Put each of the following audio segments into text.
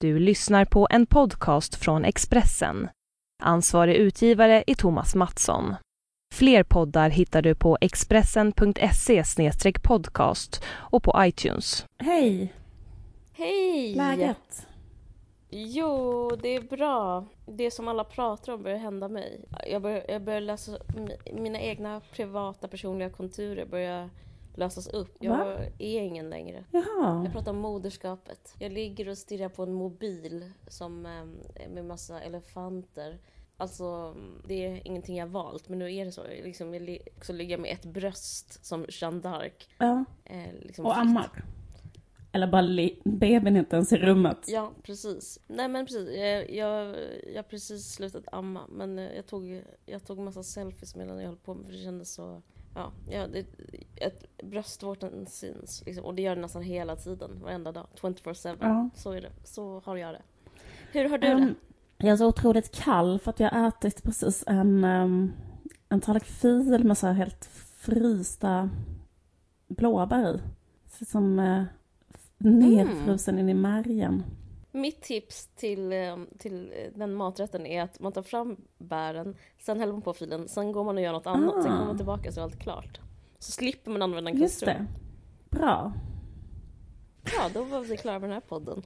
Du lyssnar på en podcast från Expressen. Ansvarig utgivare är Thomas Mattsson. Fler poddar hittar du på expressen.se/podcast och på iTunes. Hej! Hej! Läget? Jo, det är bra. Det som alla pratar om börjar hända mig. Jag börjar läsa mina egna privata personliga konturer börjar lösas upp. Jag är ingen längre. Jaha. Jag pratar om moderskapet. Jag ligger och stirrar på en mobil som med massa elefanter. Alltså, det är ingenting jag valt, men nu är det så. Liksom, jag också ligger med ett bröst som Jeanne d'Arc. Ja. Liksom och ammar. Eller bara bebisen inte ens i rummet. Ja, precis. Nej, men precis. Jag har precis slutat amma, men jag tog massa selfies medan jag höll på, för det kändes så... Ja, bröstvårtan syns liksom, och det gör det nästan hela tiden, varenda dag, 24/7. Ja. Så är det. Så har jag det. Hur har du det? Jag är så otroligt kall för att jag har ätit precis en tallrik fil med så här helt frysta blåbär i. Som nedfrusen in i märgen. Mitt tips till den maträtten är att man tar fram bären, sen häller man på filen, sen går man och gör något annat, sen kommer man tillbaka så är allt klart. Så slipper man använda en kastrull. Just det. Bra. Ja, då var vi klara med den här podden.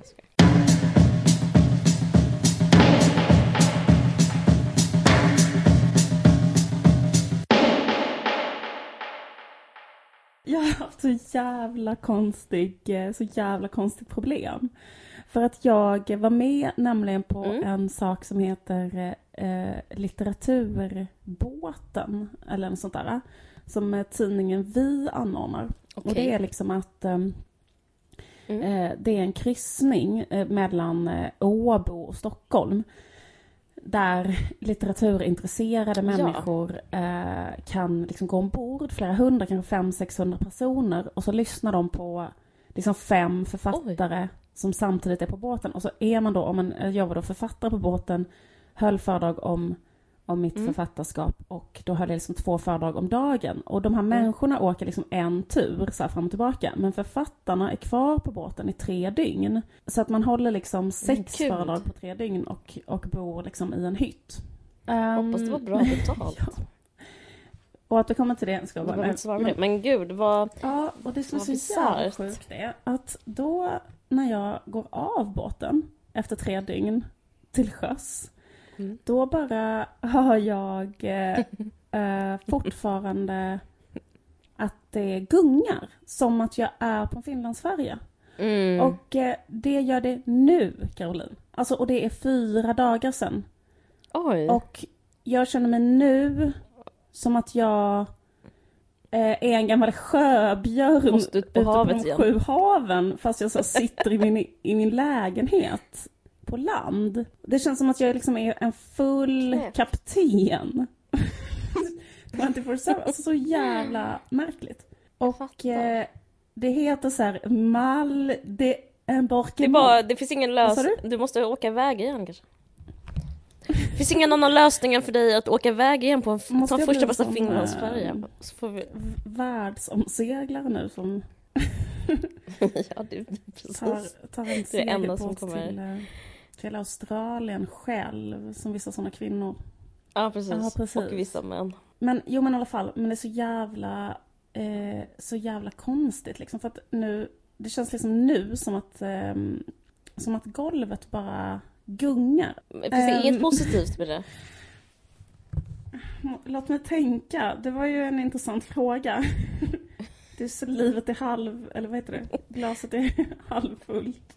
Jag har haft så jävla konstigt problem. För att jag var med nämligen på en sak som heter Litteraturbåten. Eller något sånt där. Som tidningen Vi anordnar. Okay. Och det är liksom att det är en kryssning mellan Åbo och Stockholm. Där litteraturintresserade människor kan liksom gå ombord, flera hundra, kanske 500-600 personer, och så lyssnar de på liksom 5 författare som samtidigt är på båten. Och så är man då, jag var då författare på båten, höll föredrag om mitt författarskap, och då höll jag liksom 2 föredrag om dagen. Och de här människorna åker liksom en tur så här fram och tillbaka, men författarna är kvar på båten i 3 dygn. Så att man håller liksom 6 föredrag på 3 dygn och bor liksom i en hytt. Hoppas det var bra betalt. Ja. Och att det kommer till det ska vara med. Men gud, vad... Ja, och det som är så jävla sjukt är att då när jag går av båten efter 3 dygn till sjöss, då bara hör jag fortfarande att det gungar som att jag är på en Finlandsfärja. Och det gör det nu, Caroline. Alltså, och det är 4 dagar sedan. Oj. Och jag känner mig nu som att jag är en gammal sjöbjörn ute på de 7 haven, fast jag så sitter i min lägenhet på land. Det känns som att jag liksom är en full kapten. 24/7. Alltså så jävla märkligt. Och det heter så här Mal de Embarquement. Det finns ingen lösning. Du måste åka iväg igen kanske. Det finns ingen annan lösning för dig att åka iväg igen på ta första bästa Finlandsfärja. Så får vi världsomseglare nu som ja, det precis. tar en segelbåt till Australien själv, som vissa sådana kvinnor. Ja, precis. Och vissa män. Men i alla fall, men det är så jävla konstigt liksom, för att nu det känns liksom nu som att golvet bara gungar. Finns det inget positivt med det? Låt mig tänka. Det var ju en intressant fråga. Det är så livet är eller vad heter det? Glaset är halvfullt.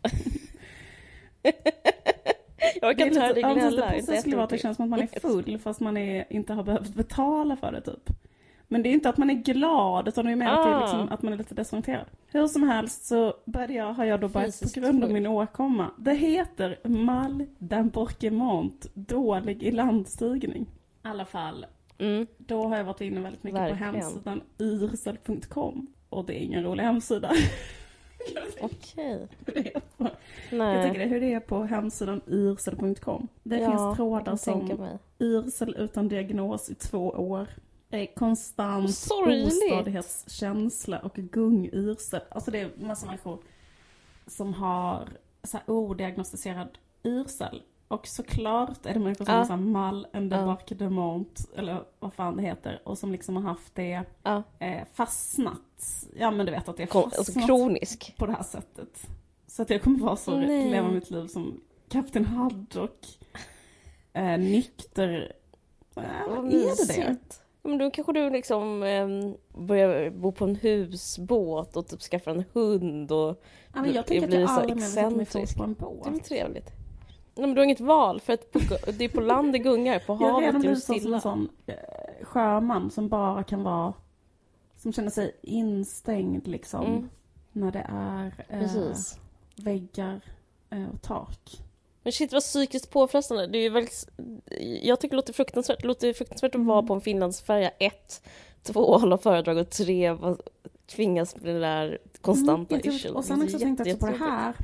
Jag kan ta det gnälla. Det skulle vara att det känns som att man är full fast man inte har behövt betala för det typ. Men det är inte att man är glad, utan det är mer att, det är liksom, att man är lite desorienterad. Hur som helst så har jag då börjat på grund av min åkomma. Det heter Mal d'Embarquement, dålig i landstigning. I alla fall, då har jag varit inne väldigt mycket på hemsidan yrsel.com. Och det är ingen rolig hemsida. Okej. Jag tänker hur det är på hemsidan yrsel.com. Det finns trådar som yrsel utan diagnos i 2 år. Konstant ostadighetskänsla och gungyrsel. Alltså det är massa människor som har så här odiagnostiserad yrsel. Och såklart är det människor som har så här mal Marque de Mont, eller vad fan det heter, och som liksom har haft det fastnat. Ja, men du vet att det är fastnat alltså kronisk på det här sättet. Så att jag kommer vara så leva mitt liv som Kapten Haddock, nykter. Vad är det? Men då kanske du liksom börjar bo på en husbåt och typ skaffa en hund och men jag tänker att jag aldrig mer sätter mig fot på en båt. Det är trevligt. Nej, men du har inget val för att det är på land det gungar, på havet är det stilla. Som en sån sjöman som bara kan vara, som känner sig instängd liksom när det är väggar och tak. Men shit, vad psykiskt påfrestande. Det är ju väldigt, jag tycker det låter fruktansvärt att vara på en Finlandsfärja 1, 2 hålla föredrag och 3 tvingas med det där konstanta yrsel. Och sen också tänkte jag på det här.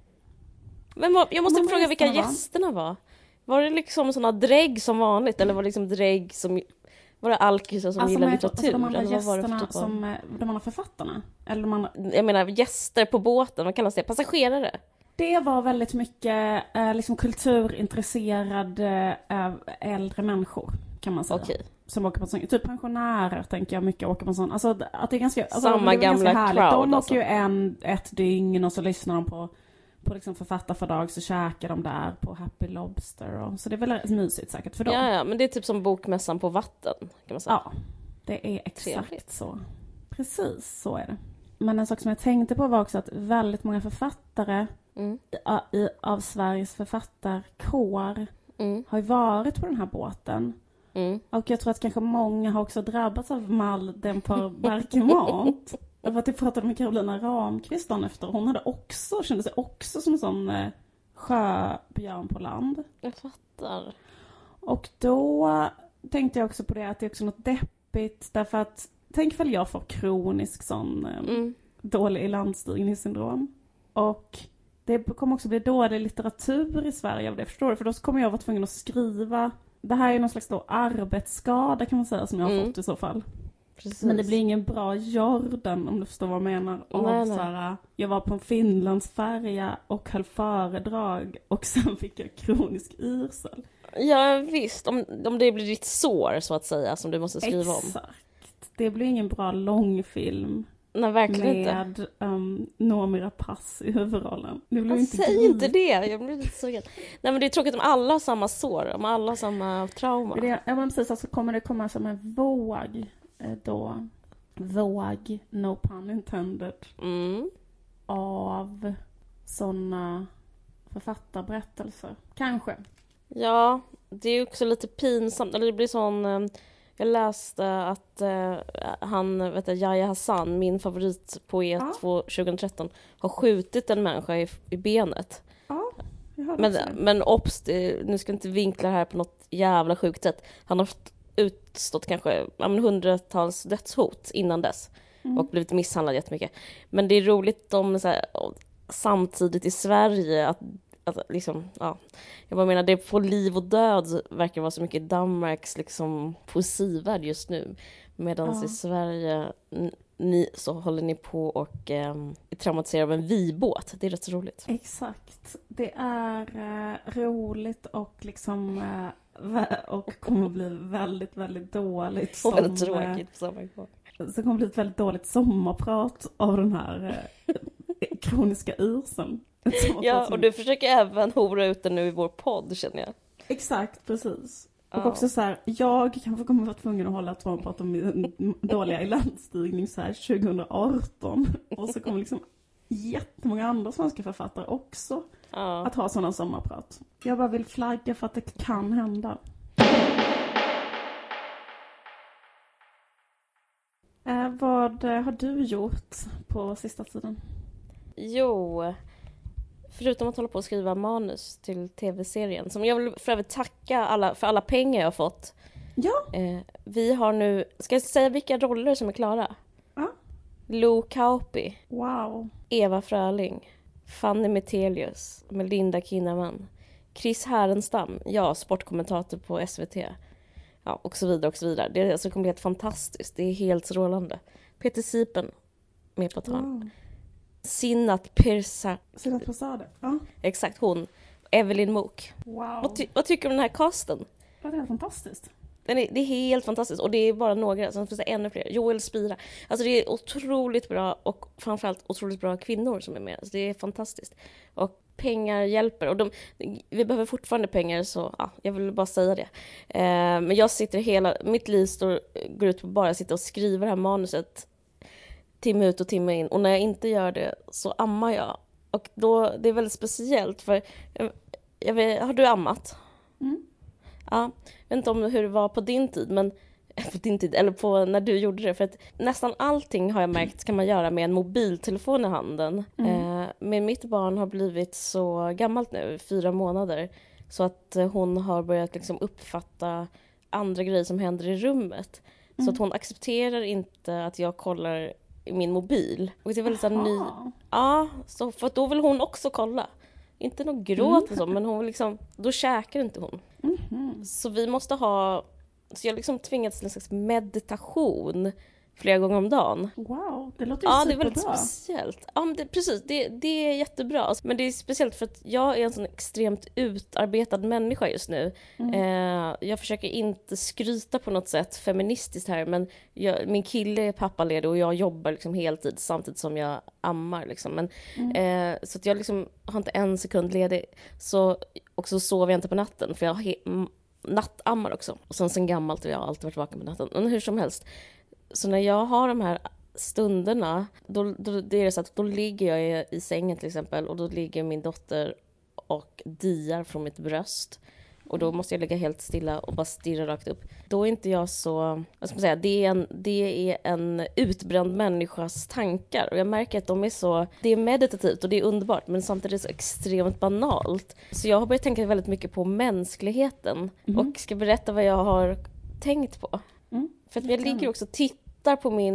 Men jag måste fråga vilka gästerna var. Var det liksom såna drägg som vanligt eller var det liksom drägg som var det alkisar som gillar litteratur? De andra gästerna som de andra författarna eller jag menar gäster på båten, vad kallas det? Passagerare. Det var väldigt mycket liksom kulturintresserade äldre människor kan man säga. Okay. Som åker på sån, typ pensionärer tänker jag mycket åker på sån. Alltså att det är ganska samma gamla härligt. crowd. De åker ju ett dygn och så lyssnar de på liksom författarfördag, så käkar de där på Happy Lobster och, så det är väl mysigt säkert för dem. Ja, men det är typ som bokmässan på vatten kan man säga. Ja, det är exakt trevligt. Så. Precis så är det. Men en sak som jag tänkte på var också att väldigt många författare av Sveriges författarkår har ju varit på den här båten. Och jag tror att kanske många har också drabbats av mal Marque de Mont. Jag var pratade med Carolina Ramqvist efter. Hon kände sig också som en sån sjöbjörn på land. Jag fattar. Och då tänkte jag också på det att det är också något deppigt. Därför att, tänk väl jag får kronisk sån dålig ilandstigningssyndrom. Och det kommer också bli dålig litteratur i Sverige av det, förstår du? För då kommer jag vara tvungen att skriva. Det här är någon slags arbetsskada kan man säga som jag har fått i så fall. Precis. Men det blir ingen bra Jordan om du förstår vad jag menar. Nej. Jag var på en Finlandsfärja och höll föredrag och sen fick jag kronisk yrsel. Ja visst, om det blir ditt sår så att säga som du måste skriva om. Exakt. Det blir ingen bra långfilm. Nej, verkligen inte. Med Noomi Rapace i huvudrollen. Säg inte det, jag blir lite sågad. Nej men det är tråkigt om alla har samma sår, om alla har samma trauma. Ja men precis, alltså kommer det komma som en våg då. Våg, no pun intended. Av såna författarberättelser. Kanske. Ja, det är också lite pinsamt. Eller det blir sån... Jag läste att Yahya Hassan, min favoritpoet 2013, har skjutit en människa i benet. Ja, jag hörde det. Men obs, nu ska jag inte vinkla det här på något jävla sjukt sätt. Han har utstått kanske hundratals dödshot innan dess. Och blivit misshandlad jättemycket. Men det är roligt om så här, samtidigt i Sverige att liksom, ja, jag bara menar, det på liv och död verkar vara så mycket Danmarks liksom poesivärld just nu, medan i Sverige så håller ni på och traumatiserar av en vibåt. Det är rätt så roligt. Exakt. Det är roligt och liksom och kommer att bli väldigt, väldigt dåligt. Och väldigt tråkigt på samma gång. Så kommer det bli ett väldigt dåligt sommarprat av den här kroniska yrseln. Ja, och du försöker även hora ut den nu i vår podd, känner jag. Exakt, precis. Och också så här, jag kanske kommer vara tvungen att hålla ett sommarprat om dåliga ilandstigning så här 2018. Och så kommer liksom jättemånga andra svenska författare också att ha sådana sommarprat. Jag bara vill flagga för att det kan hända. Vad har du gjort på sista tiden? Jo, förutom att hålla på att skriva manus till tv-serien, som jag vill för övrigt tacka för alla pengar jag har fått. Ja. Vi har nu, ska jag säga vilka roller som är klara? Ja. Lo Kauppi. Wow. Eva Fröling. Fanny Metelius. Melinda Kinnaman. Chris Härenstam. Ja, sportkommentator på SVT. Ja, och så vidare och så vidare. Det alltså kommer bli helt fantastiskt. Det är helt strålande. Peter Sipen med på ett hörn. Sinat Pirsa. Sinat Persade. Ja. Exakt, hon. Evelyn Mook. Wow. Vad tycker du om den här casten? Ja, det är fantastiskt. Det är helt fantastiskt. Och det är bara några, som finns det ännu fler. Joel Spira. Alltså det är otroligt bra och framförallt otroligt bra kvinnor som är med. Alltså det är fantastiskt. Och pengar hjälper. Och vi behöver fortfarande pengar, så ja, jag vill bara säga det. Men jag sitter mitt liv går ut på bara att sitta och skriva det här manuset timme ut och timme in. Och när jag inte gör det så ammar jag. Och då, det är väldigt speciellt, för har du ammat? Mm. Ja, jag vet inte om hur det var på din tid, men på din tid, eller på när du gjorde det, för att nästan allting har jag märkt kan man göra med en mobiltelefon i handen. Men mitt barn har blivit så gammalt nu, 4 månader, så att hon har börjat liksom uppfatta andra grejer som händer i rummet. Så att hon accepterar inte att jag kollar i min mobil. Och det är väldigt så ny. Ja, så för att då vill hon också kolla. Inte någon gråt och så, men hon vill liksom, då käkar inte hon. Så vi måste ha, så jag liksom tvingats till en slags meditation flera gånger om dagen. Wow, det låter ju superbra. Ja, det är väldigt speciellt. Ja, men precis, det är jättebra. Men det är speciellt för att jag är en sån extremt utarbetad människa just nu. Jag försöker inte skryta på något sätt feministiskt här, men min kille är pappaledig och jag jobbar liksom heltid samtidigt som jag ammar. Liksom. Men, så att jag liksom har inte en sekund ledig. Och så sover jag inte på natten, för jag nattammar också. Och sen gammalt har jag alltid varit vaken på natten. Men hur som helst. Så när jag har de här stunderna, då det är det så att då ligger jag i sängen till exempel, och då ligger min dotter och diar från mitt bröst. Och då måste jag ligga helt stilla och bara stirra rakt upp. Då är inte jag så, vad ska man säga, det är en utbränd människas tankar. Och jag märker att det är meditativt och det är underbart, men samtidigt är det så extremt banalt. Så jag har börjat tänka väldigt mycket på mänskligheten och ska berätta vad jag har tänkt på. För att jag ligger också och tittar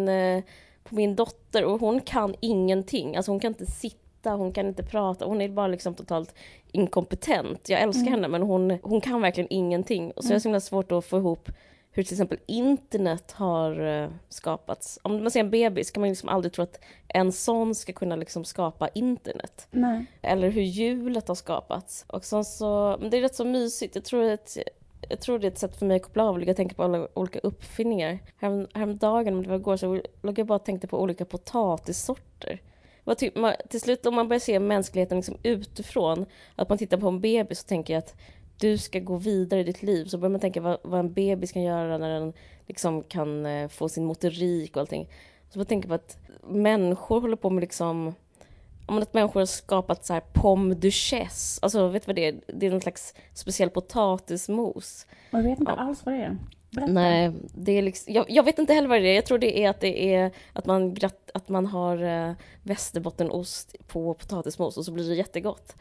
på min dotter, och hon kan ingenting. Alltså hon kan inte sitta, hon kan inte prata. Hon är bara liksom totalt inkompetent. Jag älskar henne, men hon kan verkligen ingenting. Och så är det så himla svårt att få ihop hur till exempel internet har skapats. Om man ser en bebis kan man liksom aldrig tro att en sån ska kunna liksom skapa internet. Nej. Eller hur hjulet har skapats. Och så, men det är rätt så mysigt. Jag tror det är ett sätt för mig att koppla av och jag tänker på alla olika uppfinningar. Häromdagen, om det var igår, så låg jag bara och tänkte på olika potatissorter. Till slut, om man börjar se mänskligheten liksom utifrån, att man tittar på en bebis och tänker att du ska gå vidare i ditt liv, så börjar man tänka vad en bebis kan göra när den liksom kan få sin motorik och allting. Så man tänker på att människor håller på med liksom, om att människor har skapat så här pomme duchesse. Alltså, vet du vad det är? Det är någon slags speciell potatismos. Jag vet inte alls vad det är. Berätta. Nej, det är liksom, jag vet inte heller vad det är. Jag tror det är att man har västerbottenost på potatismos, och så blir det jättegott.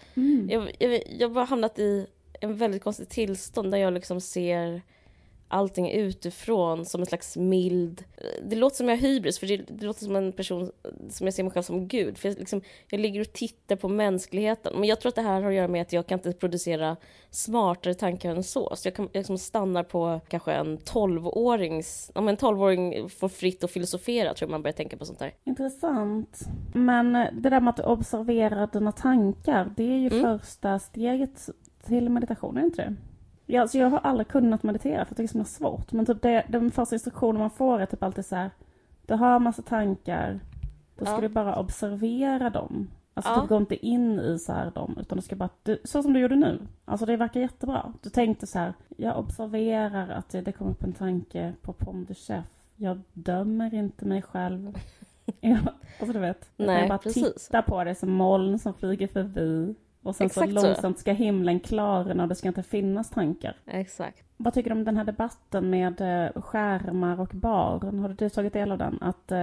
Jag har bara hamnat i en väldigt konstig tillstånd där jag liksom ser allting utifrån som en slags mild. Det låter som jag har hybris, för det låter som en person som jag ser mig själv som Gud. För jag ligger och tittar på mänskligheten. Men jag tror att det här har att göra med att jag kan inte producera smartare tankar än så. Så jag liksom stannar på kanske en 12-årings... Om en 12-åring får fritt att filosofera, tror jag man börjar tänka på sånt där. Intressant. Men det där med att observera dina tankar, det är ju första steget till meditation, är inte det? Ja, alltså jag har aldrig kunnat meditera, för det är så svårt. Men typ den första instruktionen man får är typ alltid så här: du har massa tankar, då ska du bara observera dem. Alltså du går inte in i så här dem, utan du ska bara, så som du gjorde nu. Alltså det verkar jättebra. Du tänkte så här: jag observerar att det kommer upp en tanke på pomme de chef. Jag dömer inte mig själv. Alltså du vet. Nej, jag bara precis. titta på det som moln som flyger förbi. Och sen Exakt så långsamt ska himlen klarna och det ska inte finnas tankar. Exakt. Vad tycker du om den här debatten med skärmar och barn? Har du tagit del av den?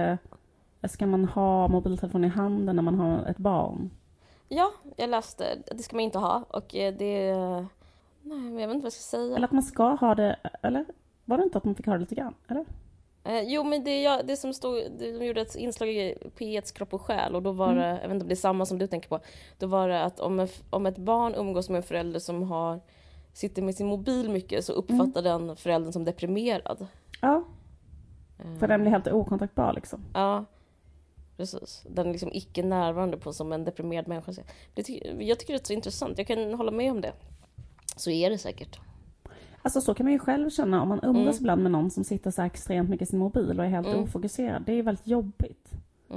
Att ska man ha mobiltelefon i handen när man har ett barn? Ja, jag läste. Det ska man inte ha. Och det... Nej, jag vet inte vad jag ska säga. Eller att man ska ha det, eller? Var det inte att man fick ha det lite grann, eller? Jo, men det som stod, de gjorde ett inslag i P1s Kropp och själ, och då var det, jag vet inte om det är samma som du tänker på, då var det att om ett barn umgås med en förälder som sitter med sin mobil mycket, så uppfattar den föräldern som deprimerad. Ja, för den blir helt okontaktbar liksom. Ja, precis. Den är liksom icke närvarande på som en deprimerad människa. Jag tycker det är så intressant. Jag kan hålla med om det. Så är det säkert. Alltså så kan man ju själv känna om man umgås ibland med någon som sitter så här extremt mycket i sin mobil och är helt ofokuserad. Det är ju väldigt jobbigt.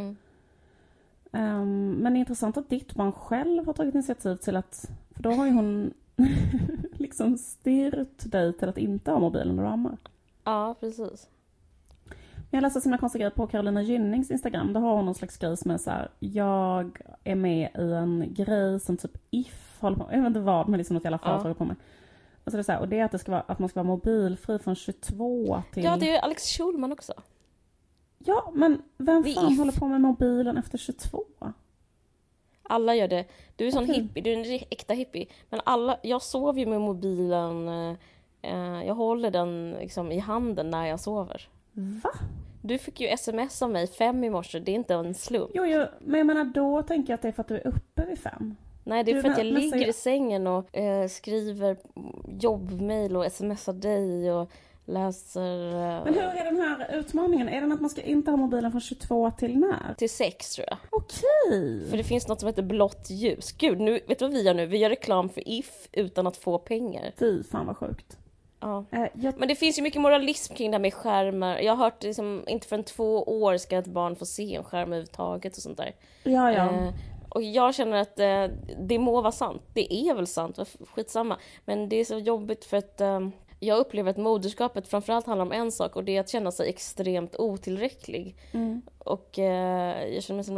Men det är intressant att ditt barn själv har tagit initiativ till att, för då har ju hon liksom styrt dig till att inte ha mobilen när du ammar. Ja, precis. Jag läste sådana konstiga grejer på Carolina Gynnings Instagram. Då har hon någon slags grej som är så här: jag är med i en grej som typ If håller på med. Jag vet inte vad, men liksom något jävla företag håller på med. Och så är det så här, och det är att det ska vara, att man ska vara mobilfri från 22 till... Ja, det är ju Alex Schulman också. Ja, men vem fan håller på med mobilen efter 22? Alla gör det. Du är sån hippie, du är en äkta hippie. Men jag sover ju med mobilen. Jag håller den liksom i handen när jag sover. Va? Du fick ju sms av mig 5 i morse, det är inte en slump. Jo, men jag menar då tänker jag att det är för att du är uppe vid 5. Nej, det är för att jag ligger i sängen och skriver jobbmail och smsar dig och läser... Men hur är den här utmaningen? Är den att man ska inte ha mobilen från 22 till när? Till 6 tror jag. Okej. För det finns något som heter blått ljus. Gud, nu, vet du vad vi gör nu? Vi gör reklam för If utan att få pengar. Fy fan vad sjukt. Ja. Men det finns ju mycket moralism kring det här med skärmar. Jag har hört liksom, inte förrän 2 år ska ett barn få se en skärm överhuvudtaget och sånt där. Ja. Och jag känner att det må vara sant. Det är väl sant, skitsamma. Men det är så jobbigt för att jag upplever att moderskapet framförallt handlar om en sak. Och det är att känna sig extremt otillräcklig. Och jag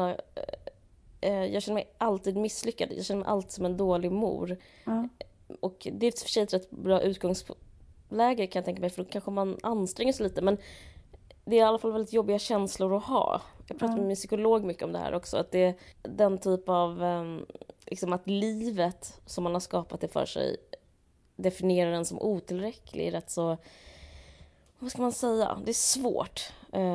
känner mig alltid misslyckad. Jag känner mig alltid som en dålig mor. Och det är för sig ett rätt bra utgångsläge kan jag tänka mig. För då kanske man anstränger sig lite. Men det är i alla fall väldigt jobbiga känslor att ha. Jag pratar med min psykolog mycket om det här också. Att det är den typ av... liksom att livet som man har skapat det för sig definierar den som otillräcklig. Rätt så... Vad ska man säga? Det är svårt.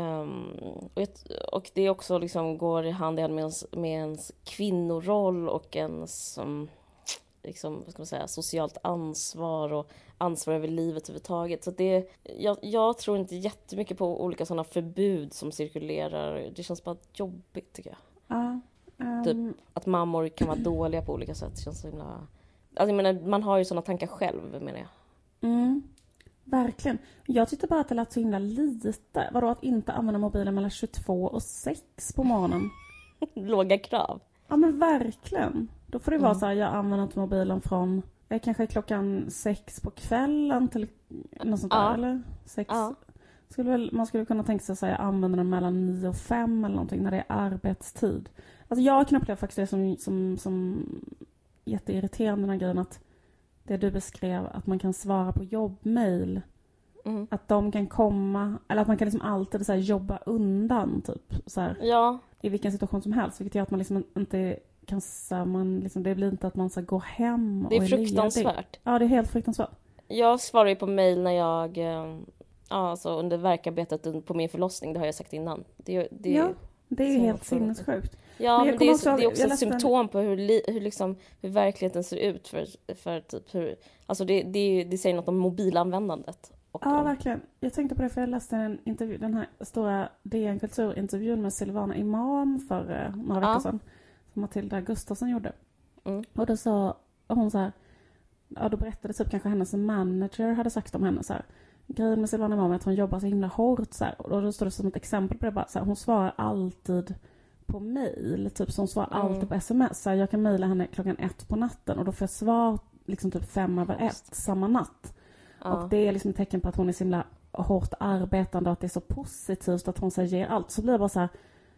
Och det också liksom går i hand i hand med ens kvinnoroll och ens... liksom, vad ska man säga, socialt ansvar och ansvar över livet överhuvudtaget. Så jag tror inte jättemycket på olika sådana förbud som cirkulerar. Det känns bara jobbigt tycker jag. Typ att mammor kan vara dåliga på olika sätt. Det känns så himla... Alltså, jag menar, man har ju sådana tankar själv menar jag. Verkligen. Jag tyckte bara att det lät så himla lite. Vadå att inte använda mobilen mellan 22 och 6 på morgonen? Låga krav. Ja men verkligen. Då får det vara så här, jag använder inte mobilen från kanske klockan 6 på kvällen till något sånt där, eller 6. Man skulle kunna tänka sig att jag använder den mellan 9 och 5 eller någonting när det är arbetstid. Alltså jag kan uppleva faktiskt det som jätteirriterande den här grejen att det du beskrev, att man kan svara på jobbmail. Att de kan komma, eller att man kan liksom alltid så här jobba undan typ så här, i vilken situation som helst, vilket gör att man liksom inte kan man liksom, det blir inte att man ska gå hem. Det är fruktansvärt. Ja, det är helt fruktansvärt. Jag svarar ju på mejl när jag alltså under verkarbetet på min förlossning, det har jag sagt innan. Det är ju helt sinnessjukt. Ja, men det är också ett symptom på hur verkligheten ser ut för typ hur, alltså det säger något om mobilanvändandet. Ja, verkligen. Jag tänkte på det för jag läste en intervju, den här stora DN Kultur-intervjun med Silvana Imam för några veckor sedan. Som Matilda Gustafsson gjorde. Och då sa hon så här, då berättade typ kanske hennes manager hade sagt om henne så här, grejen med Silvana Imam är att hon jobbar så himla hårt så här, och då står det som ett exempel på det bara så här, hon svarar alltid på mejl, typ som hon svarar alltid på sms. Så här, jag kan mejla henne klockan 1 på natten och då får jag svar liksom typ 5:01 samma natt. Och det är liksom ett tecken på att hon är så himla hårt arbetande och att det är så positivt att hon ger allt. Så blir det bara så här,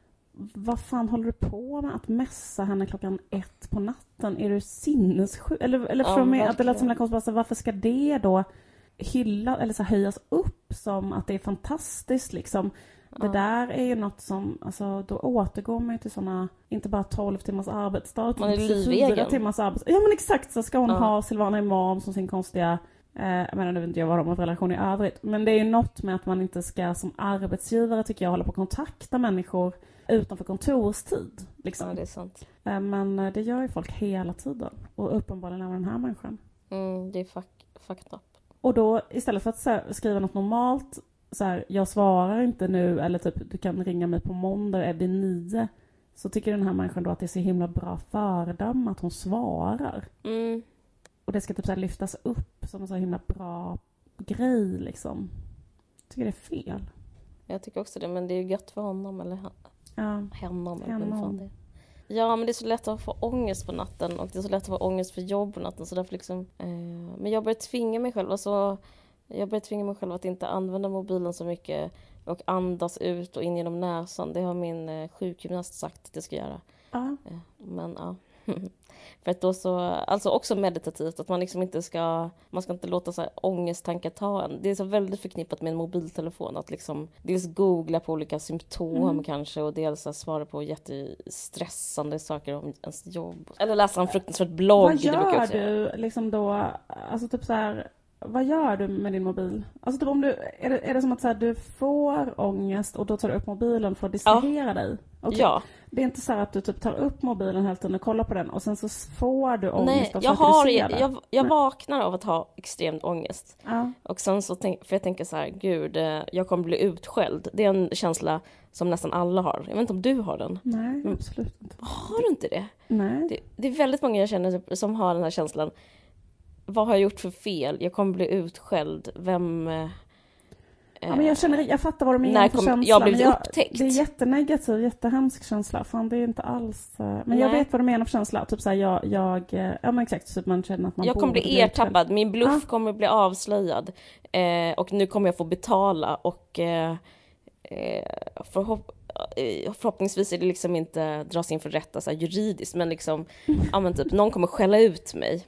vad fan håller du på med att mässa henne klockan 1 på natten? Är du sinnessjuk? Eller för mig att det lät som en konstigt, varför ska det då hylla eller så höjas upp som att det är fantastiskt liksom? Det där är ju något som, alltså då återgår man ju till såna, inte bara 12 timmars arbetsdag utan 4 timmars arbetsdag. Ja men exakt, så ska hon ha Silvana Imam som sin konstiga, jag menar nu vet inte jag vad de har för relation i övrigt, men det är ju något med att man inte ska som arbetsgivare tycker jag hålla på att kontakta människor utanför kontorstid liksom. Ja, det är sant. Men det gör ju folk hela tiden och uppenbarligen även den här människan. Det är fucked up. Och då istället för att så här, skriva något normalt så här, jag svarar inte nu eller typ du kan ringa mig på måndag är det 9. så tycker den här människan då att det är så himla bra föredöme att hon svarar. Och det ska typ så här lyftas upp som en så himla bra grej liksom. Jag tycker det är fel. Jag tycker också det, men det är ju gött för honom eller hennom. Ja, men det är så lätt att få ångest på natten och det är så lätt att få ångest för jobb på natten. Så därför liksom, men jag börjar tvinga mig själv. Alltså, jag börjar tvinga mig själv att inte använda mobilen så mycket och andas ut och in genom näsan. Det har min sjukgymnast sagt att jag ska göra. Men ja. För att då så, alltså också meditativt, att man liksom inte ska, man ska inte låta så här ångesttankar ta en. Det är så väldigt förknippat med en mobiltelefon, att liksom dels googla på olika symptom kanske, och dels så svara på jättestressande saker om ens jobb. Eller läsa en fruktansvärt blogg. Vad gör du liksom då, alltså typ så här, vad gör du med din mobil? Alltså typ om du, är det som att så här, du får ångest och då tar du upp mobilen för att distrahera dig? Okay. Ja. Det är inte så här att du typ tar upp mobilen helt och kollar på den och sen så får du ångest. Nej, jag vaknar av att ha extremt ångest. Och sen så för jag tänker så här, gud, jag kommer bli utskälld. Det är en känsla som nästan alla har. Jag vet inte om du har den. Nej, absolut inte. Har du inte det? Nej. Det är väldigt många jag känner som har den här känslan. Vad har jag gjort för fel? Jag kommer bli utskälld. Vem... Ja, men jag fattar vad du menar för känsla. Jag blivit upptäckt. Det är jättenegativ, jättehemsk känsla. Fan, det är inte alls... Men jag vet vad du menar för känsla. Typ såhär, ja men exakt. Typ man känner att man jag kommer bli ertappad. Min bluff kommer bli avslöjad. Och nu kommer jag få betala. Och förhoppningsvis är det liksom inte dras inför rätta så här, juridiskt. Men liksom, ja men typ, någon kommer skälla ut mig.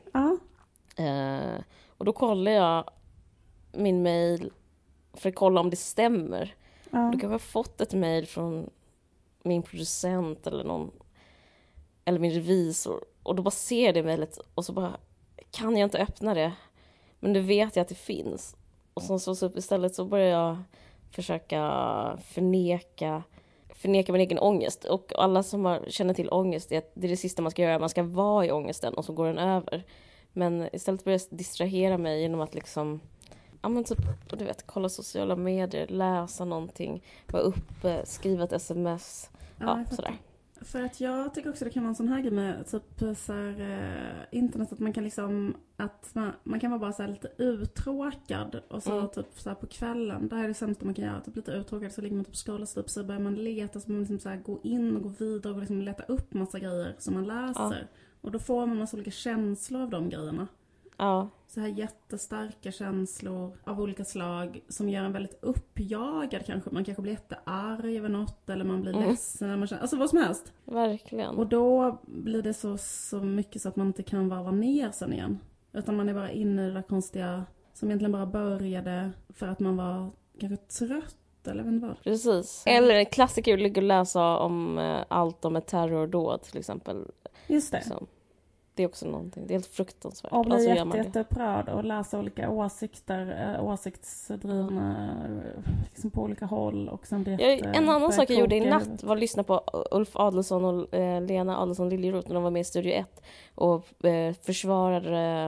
Och då kollar jag min mail för att kolla om det stämmer. Då kanske jag har fått ett mail från min producent eller min revisor, och då bara ser det mejlet och så bara kan jag inte öppna det, men nu vet jag att det finns, och så istället så börjar jag försöka förneka min egen ångest. Och alla som känner till ångest, det är det sista man ska göra. Man ska vara i ångesten och så går den över. Men istället börjar jag distrahera mig genom att liksom, ja men typ, du vet, kolla sociala medier, läsa någonting, vara uppe, skriva ett sms, sådär. För att jag tycker också det kan vara en sån här grej med typ så här, internet, att man kan liksom, att man kan vara bara så här lite uttråkad och så typ så här på kvällen, det här är det sämsta man kan göra, typ lite uttråkad, så ligger man typ och scrollar typ, så börjar man leta, så man liksom så här gå in och gå vidare och liksom leta upp massa grejer som man läser. Och då får man massa olika känslor av de grejerna. Så här jättestarka känslor av olika slag som gör en väldigt uppjagad kanske. Man kanske blir jättearg över något, eller man blir ledsen, eller man känner, alltså vad som helst. Verkligen. Och då blir det så mycket så att man inte kan varva ner sen igen. Utan man är bara inne i det där konstiga som egentligen bara började för att man var kanske trött. Eller vad. Precis. Eller en klassiker ligger att läsa om allt om ett terrordåd till exempel. Just det. Så. Det är också någonting. Det är helt fruktansvärt. Och bli jätteupprörd och läsa olika åsiktsdrivna liksom på olika håll. Och sen en annan sak jag gjorde i natt var att lyssna på Ulf Adelsohn och Lena Adelsohn Liljeroth när de var med i Studio 1 och försvarade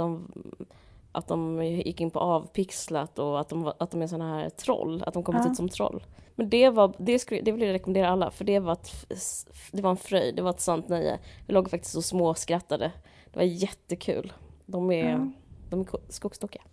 att de gick in på avpixlat och att de är såna här troll, att de kommit ut som troll. Men det vill jag rekommendera alla, för det var en fröjd, det var ett sant nöje. Vi låg faktiskt så små skrattade. Det var jättekul. De är skogstokiga.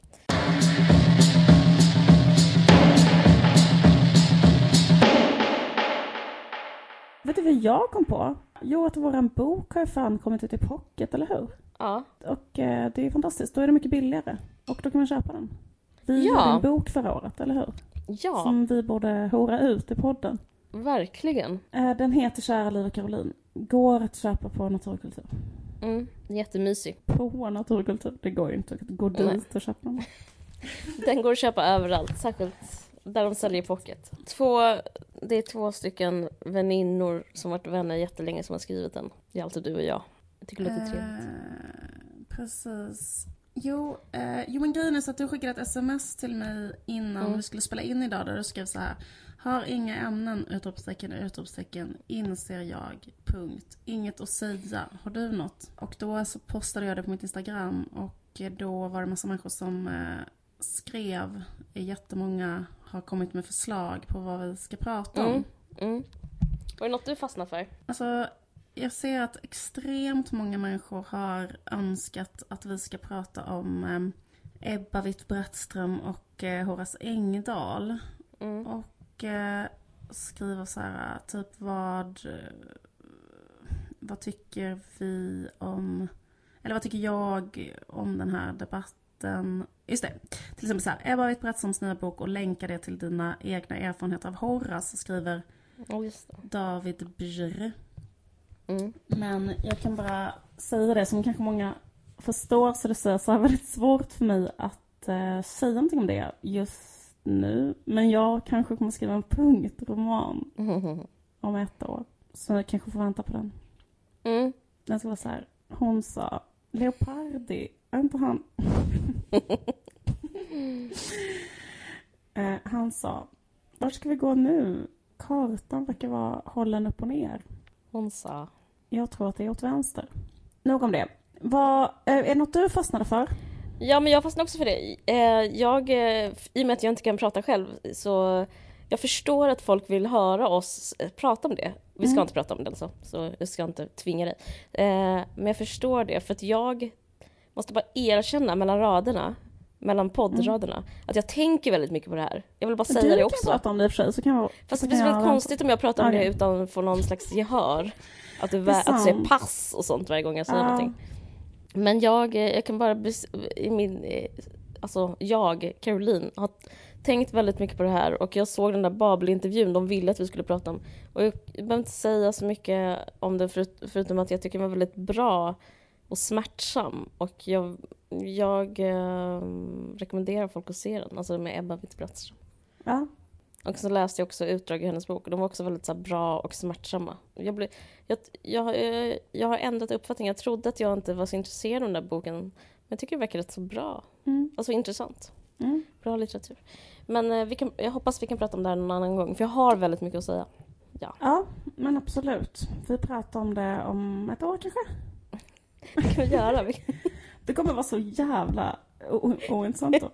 Vet du vad jag kom på? Jo, att våran bok har fan kommit ut i pocket, eller hur? Ja. Och det är fantastiskt. Då är det mycket billigare. Och då kan man köpa den. Vi gjorde en bok förra året, eller hur? Ja. Som vi borde hora ut i podden. Verkligen. Den heter Kära Liv och Caroline. Går att köpa på Naturkultur. Jättemysig. På Naturkultur. Det går ju inte att gå dit och köpa den. Den går att köpa överallt. Särskilt där de säljer pocket. Det är 2 stycken väninnor som varit vänner jättelänge som har skrivit den. Det är alltid du och jag. Jag tycker det låter trevligt. Precis. Jo, men grejen är så att du skickade ett sms till mig innan vi skulle spela in idag, där du skrev så här: har inga ämnen, utropstecken, inser jag, punkt. Inget att säga. Har du något? Och då så postade jag det på mitt Instagram, och då var det massa människor som skrev. Jättemånga har kommit med förslag på vad vi ska prata om. Var det något du fastnade för? Alltså, jag ser att extremt många människor har önskat att vi ska prata om Ebba Witt-Brattström och Horace Engdahl. Och skriver så här, typ vad tycker vi om, eller vad tycker jag om den här debatten? Just det, till exempel så här, Ebba Witt-Brattströms nya bok och länkar det till dina egna erfarenheter av Horace, skriver David Bjr. Men jag kan bara säga det som kanske många förstår, så det så är väldigt svårt för mig att säga någonting om det just nu. Men jag kanske kommer skriva en punktroman om 1 år. Så jag kanske får vänta på den. Den ska vara så här. Hon sa, Leopardi, är inte han? Han sa, vart ska vi gå nu? Kartan verkar vara hållen upp och ner. Hon sa, jag tror att det är åt vänster. Nog om det. Är det något du fastnade för? Ja, men jag fastnade också för det. I och med att jag inte kan prata själv, så jag förstår att folk vill höra oss prata om det. Vi ska inte prata om det alltså, så jag ska inte tvinga dig. Men jag förstår det, för att jag måste bara erkänna mellan poddraderna, att jag tänker väldigt mycket på det här. Jag vill bara säga det också. Du kan prata om det i och för sig, så kan jag... Fast det blir väldigt konstigt om jag pratar om det utan att få någon slags gehör. Att det säger pass och sånt varje gång jag säger någonting. Men jag kan bara Caroline, har tänkt väldigt mycket på det här, och jag såg den där Babel-intervjun de ville att vi skulle prata om, och jag behöver inte säga så mycket om det förutom att jag tycker den var väldigt bra och smärtsam, och jag rekommenderar folk att se den, alltså med Ebba Witt-Brattström. Ja. Och så läste jag också utdrag i hennes bok, och de var också väldigt så här, bra och smärtsamma. Jag har ändrat uppfattning. Jag trodde att jag inte var så intresserad av den där boken, men jag tycker det verkar rätt så bra. Alltså intressant. Bra litteratur. Men jag hoppas vi kan prata om det här någon annan gång, för jag har väldigt mycket att säga. Ja, men absolut. Vi pratar om det om 1 år kanske. Det kan vi göra. Det kommer vara så jävla ointressant då.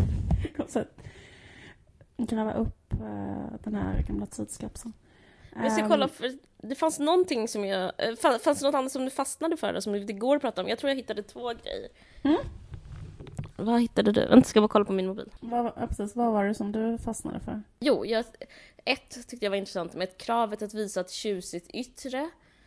Gräva upp den här gamla tidskapseln. Jag ska kolla, för det fanns någonting som fanns det något annat som du fastnade för som det går att prata om? Jag tror jag hittade 2 grejer. Vad hittade du? Jag ska bara kolla på min mobil. Precis, vad var det som du fastnade för? Jo, ett tyckte jag var intressant med kravet att visa ett tjusigt yttre.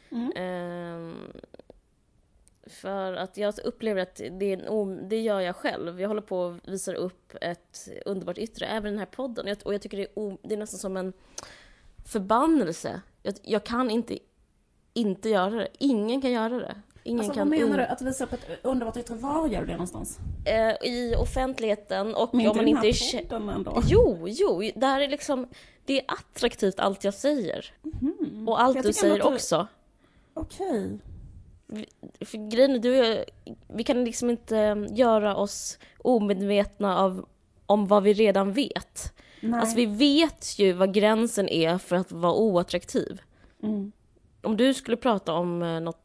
För att jag upplever att det gör jag själv. Jag håller på och visar upp ett underbart yttre, även den här podden. Och jag tycker det är nästan som en förbannelse. Jag kan inte göra det. Ingen kan göra det. Vad menar du? Att visa upp ett underbart yttre, var gör du det någonstans? I offentligheten, och men om man inte är podden ändå? Jo, där är liksom, det är attraktivt allt jag säger. Och allt du säger också. Okej. För grejen är, vi kan liksom inte göra oss omedvetna om vad vi redan vet. Nej. Alltså vi vet ju vad gränsen är för att vara oattraktiv. Om du skulle prata om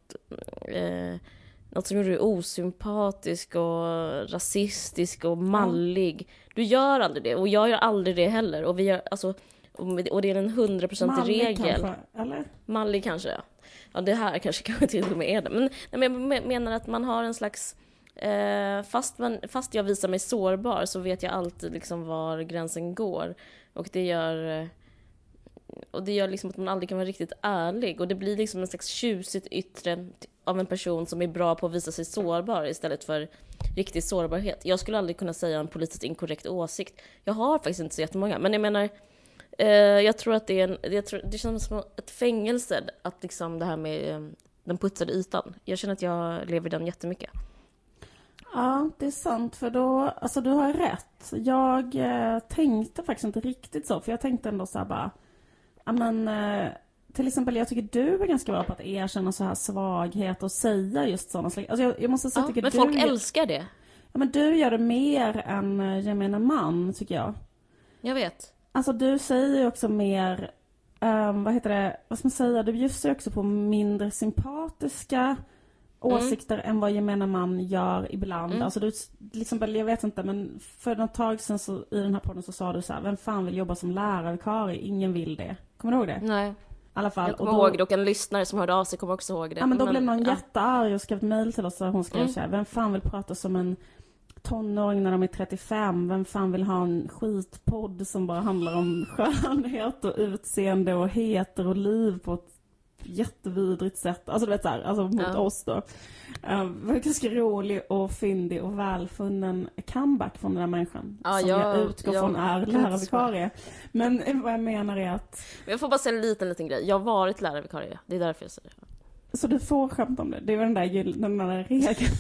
något som gjorde dig osympatisk och rasistisk och mallig, du gör aldrig det, och jag gör aldrig det heller, och vi gör, alltså, och det är en 100% regel. Kanske, eller? Mallig kanske, ja, det här kanske till och med är det. Men jag menar att man har en slags fast jag visar mig sårbar, så vet jag alltid liksom var gränsen går, och det gör liksom att man aldrig kan vara riktigt ärlig, och det blir liksom en slags tjusigt yttre av en person som är bra på att visa sig sårbar istället för riktig sårbarhet. Jag skulle aldrig kunna säga en politiskt inkorrekt åsikt. Jag har faktiskt inte så jättemånga, men jag menar, jag tror att det känns som ett fängelse, att liksom det här med den putsade ytan. Jag känner att jag lever i den jättemycket. Ja, det är sant, för då, alltså du har rätt. Jag tänkte faktiskt inte riktigt så, för jag tänkte ändå så här bara, men till exempel, jag tycker du är ganska bra på att erkänna så här svaghet och säga just sådana slag. Alltså jag måste säga, men folk älskar det. Ja, men du gör det mer än gemene man, tycker jag. Jag vet. Alltså du säger ju också mer, vad ska man säga, du bjussar ju också på mindre sympatiska åsikter än vad gemene man gör ibland. Alltså du, liksom, jag vet inte, men för något tag sedan så, i den här podden så sa du så här, vem fan vill jobba som lärarvikarie? Ingen vill det. Kommer du ihåg det? Nej. alla fall. Jag kommer och då, ihåg det, och en lyssnare som hörde av sig kommer också ihåg det. Ja, men då blev någon ja. jättearg och skrev ett mejl till oss och hon skrev så här: vem fan vill prata som en tonåring när de är 35? Vem fan vill ha en skitpodd som bara handlar om skönhet och utseende och heter och liv på ett jättevidrigt sätt? Alltså du vet så här, alltså mot oss då. Det var ganska rolig och fyndig och välfunnen comeback från den där människan. Som jag utgår från är lärarvikarie. Men vad jag menar är att... Jag får bara säga en liten grej. Jag har varit lärarvikarie. Det är därför jag säger det. Så du får skämt om det. Det är väl den där regeln.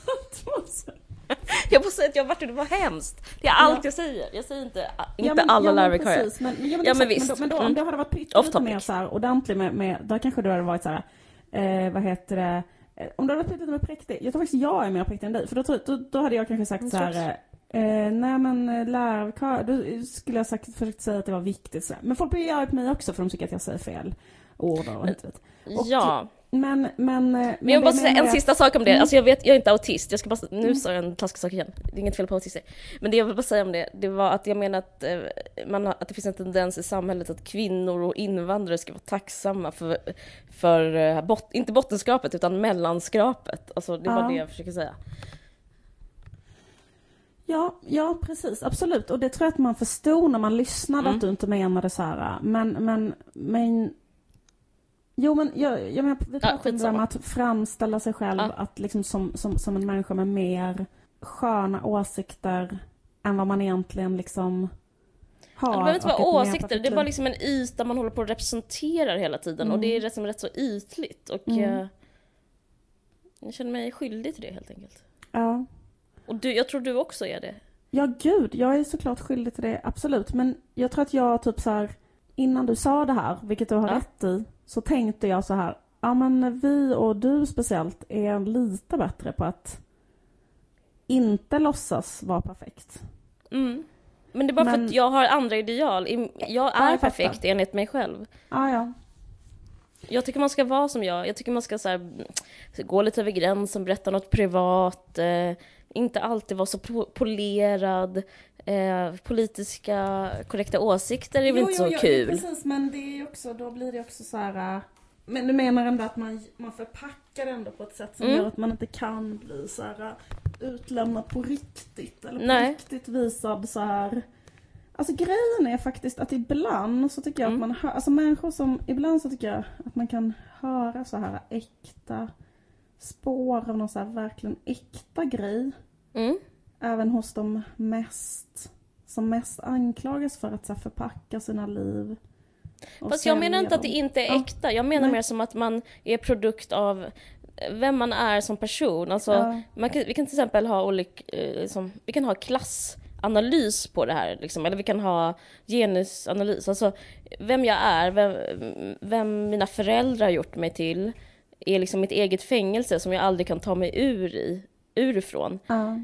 Jag får säga att jag har varit och det var hemskt. Det är allt jag säger. Jag säger inte alla lärarvikarier. Men visst. Men då, om det hade varit lite mer så här ordentligt med då kanske du hade varit så här, vad heter det? Om du hade varit lite mer präktig. Jag tror faktiskt jag är mer präktig än dig. För då hade jag kanske sagt så här, nej men lärarvikarie, då skulle jag försökt säga att det var viktigt så här. Men folk blir arga på mig också för de tycker att jag säger fel ord och inte vet. Ja. Men jag vill bara säga en sista sak om det. Alltså jag är inte autist. Jag ska bara nu sa jag en taskig sak igen. Det är inget fel på autister. Men det jag vill bara säga om det var att jag menar att att det finns en tendens i samhället att kvinnor och invandrare ska vara tacksamma för inte bottenskrapet utan mellanskrapet. Alltså det var det jag försöker säga. Ja, precis. Absolut. Och det tror jag att man förstod när man lyssnade att du inte menade så här. Men jo, men jag menar, vi pratar om det med att framställa sig själv att liksom som en människa med mer sköna åsikter än vad man egentligen liksom har. Det behöver inte vara åsikter, det är bara liksom en yta man håller på att representera hela tiden. Och det är rätt så ytligt. Och jag känner mig skyldig till det helt enkelt. Ja. Och jag tror du också är det. Ja, gud, jag är såklart skyldig till det, absolut. Men jag tror att jag typ så här, innan du sa det här, vilket du har rätt i, så tänkte jag så här, ja men vi och du speciellt är lite bättre på att inte låtsas vara perfekt. Men det är bara för att jag har andra ideal. Jag är perfekt enligt mig själv. Ja. Jag tycker man ska vara som jag. Jag tycker man ska så här, gå lite över gränsen, berätta något privat. Inte alltid vara så polerad. Politiska korrekta åsikter är väl inte så kul. Precis, men det är också, då blir det också så här. Men du menar ändå att man förpackar det ändå på ett sätt som gör att man inte kan bli så här utlämnad på riktigt. Eller på riktigt visad så här. Alltså grejen är faktiskt att ibland så tycker jag att man hör, alltså människor som, ibland så tycker jag att man kan höra så här äkta spår av någon så här verkligen äkta grej. Även hos de som mest anklagas för att så här, förpacka sina liv. Fast jag menar inte att det inte är äkta. Jag menar mer som att man är produkt av vem man är som person. Alltså, vi kan till exempel ha vi kan ha klassanalys på det här. Liksom, eller vi kan ha genusanalys. Alltså, vem jag är, vem mina föräldrar har gjort mig till är liksom mitt eget fängelse som jag aldrig kan ta mig urifrån.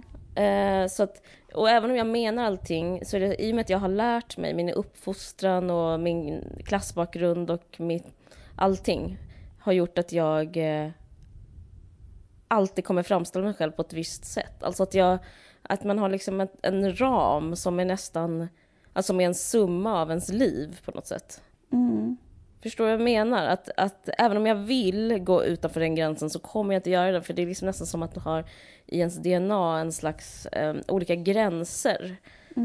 Så att, och även om jag menar allting så är det i och med att jag har lärt mig min uppfostran och min klassbakgrund och allting har gjort att jag alltid kommer framställa mig själv på ett visst sätt. Alltså att man har liksom en ram som är nästan, alltså med en summa av ens liv på något sätt. Förstår jag menar? Att även om jag vill gå utanför den gränsen så kommer jag inte göra det. För det är liksom nästan som att du har i ens DNA en slags olika gränser.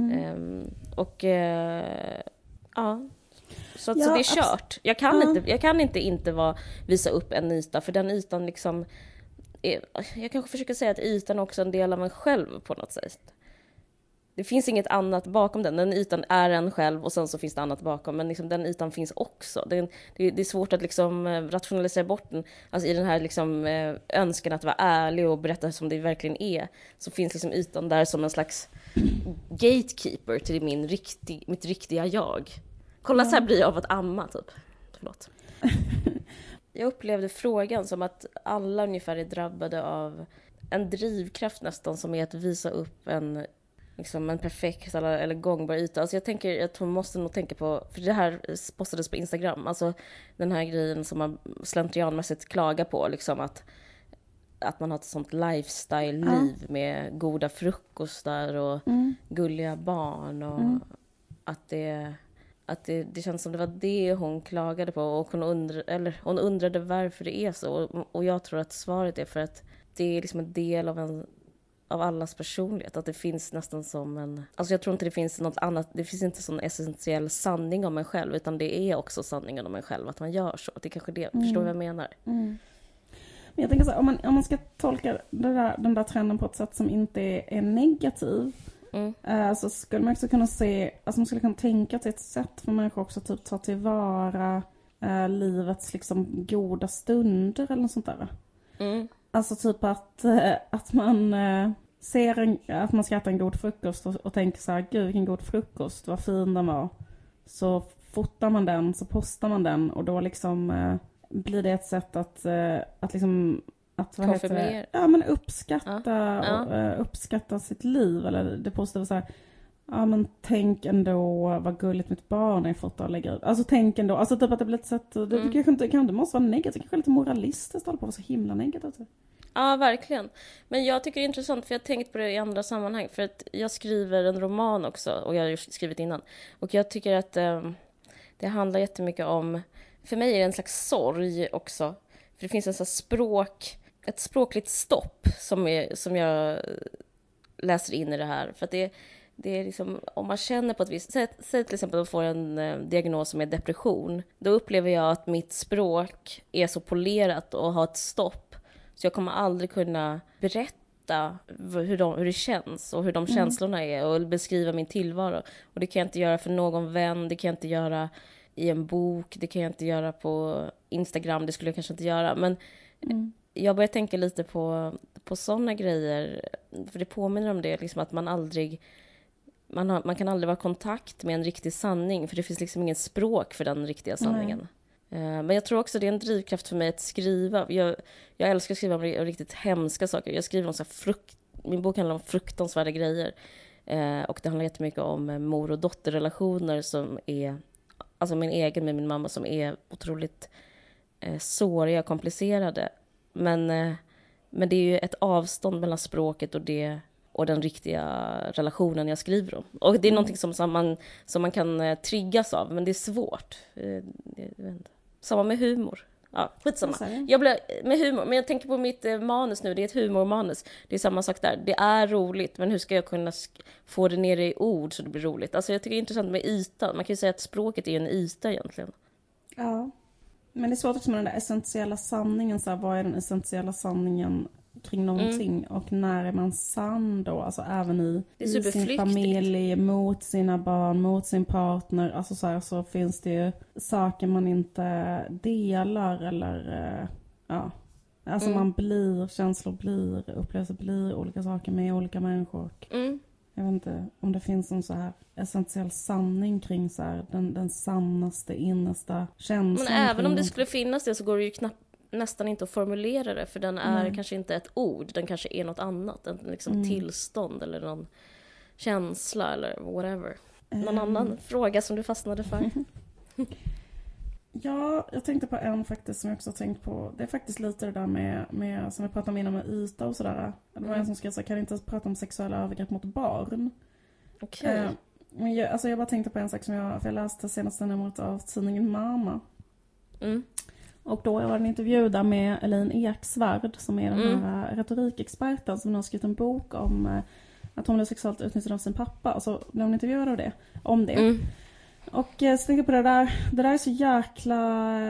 Så det är kört. Jag kan inte visa upp en yta. För den ytan liksom jag kanske försöker säga att ytan är också en del av en själv på något sätt. Det finns inget annat bakom den. Den ytan är en själv och sen så finns det annat bakom. Men liksom den ytan finns också. Det är svårt att liksom rationalisera bort den. Alltså i den här liksom, önskan att vara ärlig och berätta som det verkligen är. Så finns liksom ytan där som en slags gatekeeper till mitt riktiga jag. Kolla så här blir jag av att amma typ. Förlåt. Jag upplevde frågan som att alla ungefär är drabbade av en drivkraft nästan som är att visa upp en perfekt eller gångbar yta. Alltså jag tror man måste nog tänka på, för det här postades på Instagram, alltså den här grejen som man slentrianmässigt klagar på, liksom att man har ett sånt lifestyle-liv med goda frukostar och gulliga barn och att det att det känns som det var det hon klagade på, och hon undrade varför det är så, och jag tror att svaret är för att det är liksom en del av allas personlighet, att det finns nästan som en... Alltså jag tror inte det finns något annat, det finns inte sån essentiell sanning om en själv, utan det är också sanningen om en själv att man gör så. Det är kanske det, förstår du vad jag menar? Men jag tänker så här, om man ska tolka den där trenden på ett sätt som inte är negativ, så skulle man också kunna se, alltså man skulle kunna tänka till ett sätt för människor också typ ta tillvara livets liksom goda stunder eller något sånt där. Alltså typ att man ser att man ska äta en god frukost och tänker så här, gud vilken god frukost, vad fin den var. Så fotar man den, så postar man den, och då liksom blir det ett sätt att liksom att vad heter det? Ja, men uppskatta sitt liv, eller det positiva så här. Ja, men tänk ändå vad gulligt mitt barn är fått att lägga ut. Alltså tänk ändå, alltså typ att det blir ett sätt, det kanske inte måste vara negativt, kanske lite moralistiskt hålla på att vara så himla negativt. Ja, verkligen. Men jag tycker det är intressant, för jag har tänkt på det i andra sammanhang, för att jag skriver en roman också, och jag har ju skrivit innan. Och jag tycker att det handlar jättemycket om, för mig är det en slags sorg också. För det finns en sån ett språkligt stopp som jag läser in i det här. För att det är liksom, om man känner på ett visst sätt, säg till exempel att man får en diagnos som är depression, då upplever jag att mitt språk är så polerat och har ett stopp, så jag kommer aldrig kunna berätta hur det känns och hur de känslorna är, och beskriva min tillvaro. Och det kan jag inte göra för någon vän, det kan jag inte göra i en bok, det kan jag inte göra på Instagram, det skulle jag kanske inte göra, men jag börjar tänka lite på sådana grejer, för det påminner om det, liksom att man kan aldrig vara i kontakt med en riktig sanning, för det finns liksom ingen språk för den riktiga sanningen. Men jag tror också det är en drivkraft för mig att skriva. Jag älskar att skriva om riktigt hemska saker. Jag skriver om min bok handlar om fruktansvärda grejer, och det handlar jättemycket om mor- och dotterrelationer som är, alltså min egen med min mamma, som är otroligt såriga och komplicerade. Men det är ju ett avstånd mellan språket och den riktiga relationen jag skriver om. Och det är någonting som man kan triggas av, men det är svårt. Samma med humor. Ja, skitsamma. Med humor, men jag tänker på mitt manus nu, det är ett humormanus. Det är samma sak där. Det är roligt, men hur ska jag kunna få det ner i ord så det blir roligt? Alltså jag tycker det är intressant med ytan. Man kan ju säga att språket är en yta egentligen. Ja. Men det är svårt också med den där essentiella sanningen. Så här, vad är den essentiella sanningen kring någonting? Och när är man sann då? Alltså även i sin familj, mot sina barn, mot sin partner. Alltså så här, så finns det ju saker man inte delar. Eller alltså man känslor blir, upplevelser blir olika saker med olika människor. Jag vet inte om det finns en så här essentiell sanning kring så här, den sannaste, innersta känslan. Men även om det skulle finnas det, så går det ju nästan inte att formulera det, för den är kanske inte ett ord, den kanske är något annat, en liksom tillstånd eller någon känsla eller whatever. Någon annan fråga som du fastnade för? Ja, jag tänkte på en faktiskt som jag också har tänkt på. Det är faktiskt lite det där med som vi pratade om innan med yta och sådär. Det var en som skrev så här, kan inte prata om sexuella övergrepp mot barn? Okej. Men jag bara tänkte på en sak som jag läste senaste numret av tidningen Mamma. Och då var det en intervju där med Elaine Eksvärd, som är den här retorikexperten som nu har skrivit en bok om att hon blev sexuellt utnyttjad av sin pappa. Och så blev hon intervjuad om det. Och så tänkte jag på det där är så jäkla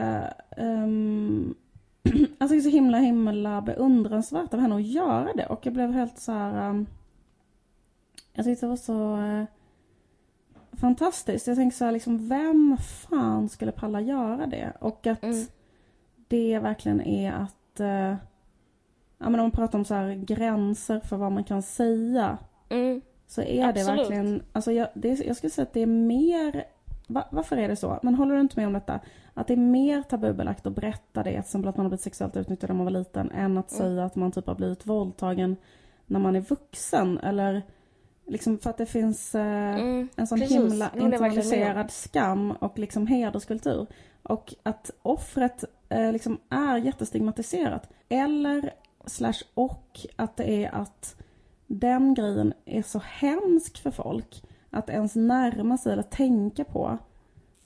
alltså det är så himla beundransvärt av henne att göra det. Och jag blev helt så här jag tyckte det var så fantastiskt. Jag tänkte så här, liksom, vem fan skulle palla göra det? Och att det verkligen är att om man pratar om så här gränser för vad man kan säga, så är Absolut. Det verkligen, alltså jag skulle säga att det är mer, varför är det så? Men håller du inte med om detta? Att det är mer tabubelagt att berätta det, som att man har blivit sexuellt utnyttjad när man var liten, än att säga att man typ har blivit våldtagen när man är vuxen, eller liksom för att det finns en sån himla internaliserad skam och liksom hederskultur, och att offret liksom är jättestigmatiserat, eller och att det är att den grejen är så hemsk för folk att ens närma sig eller tänka på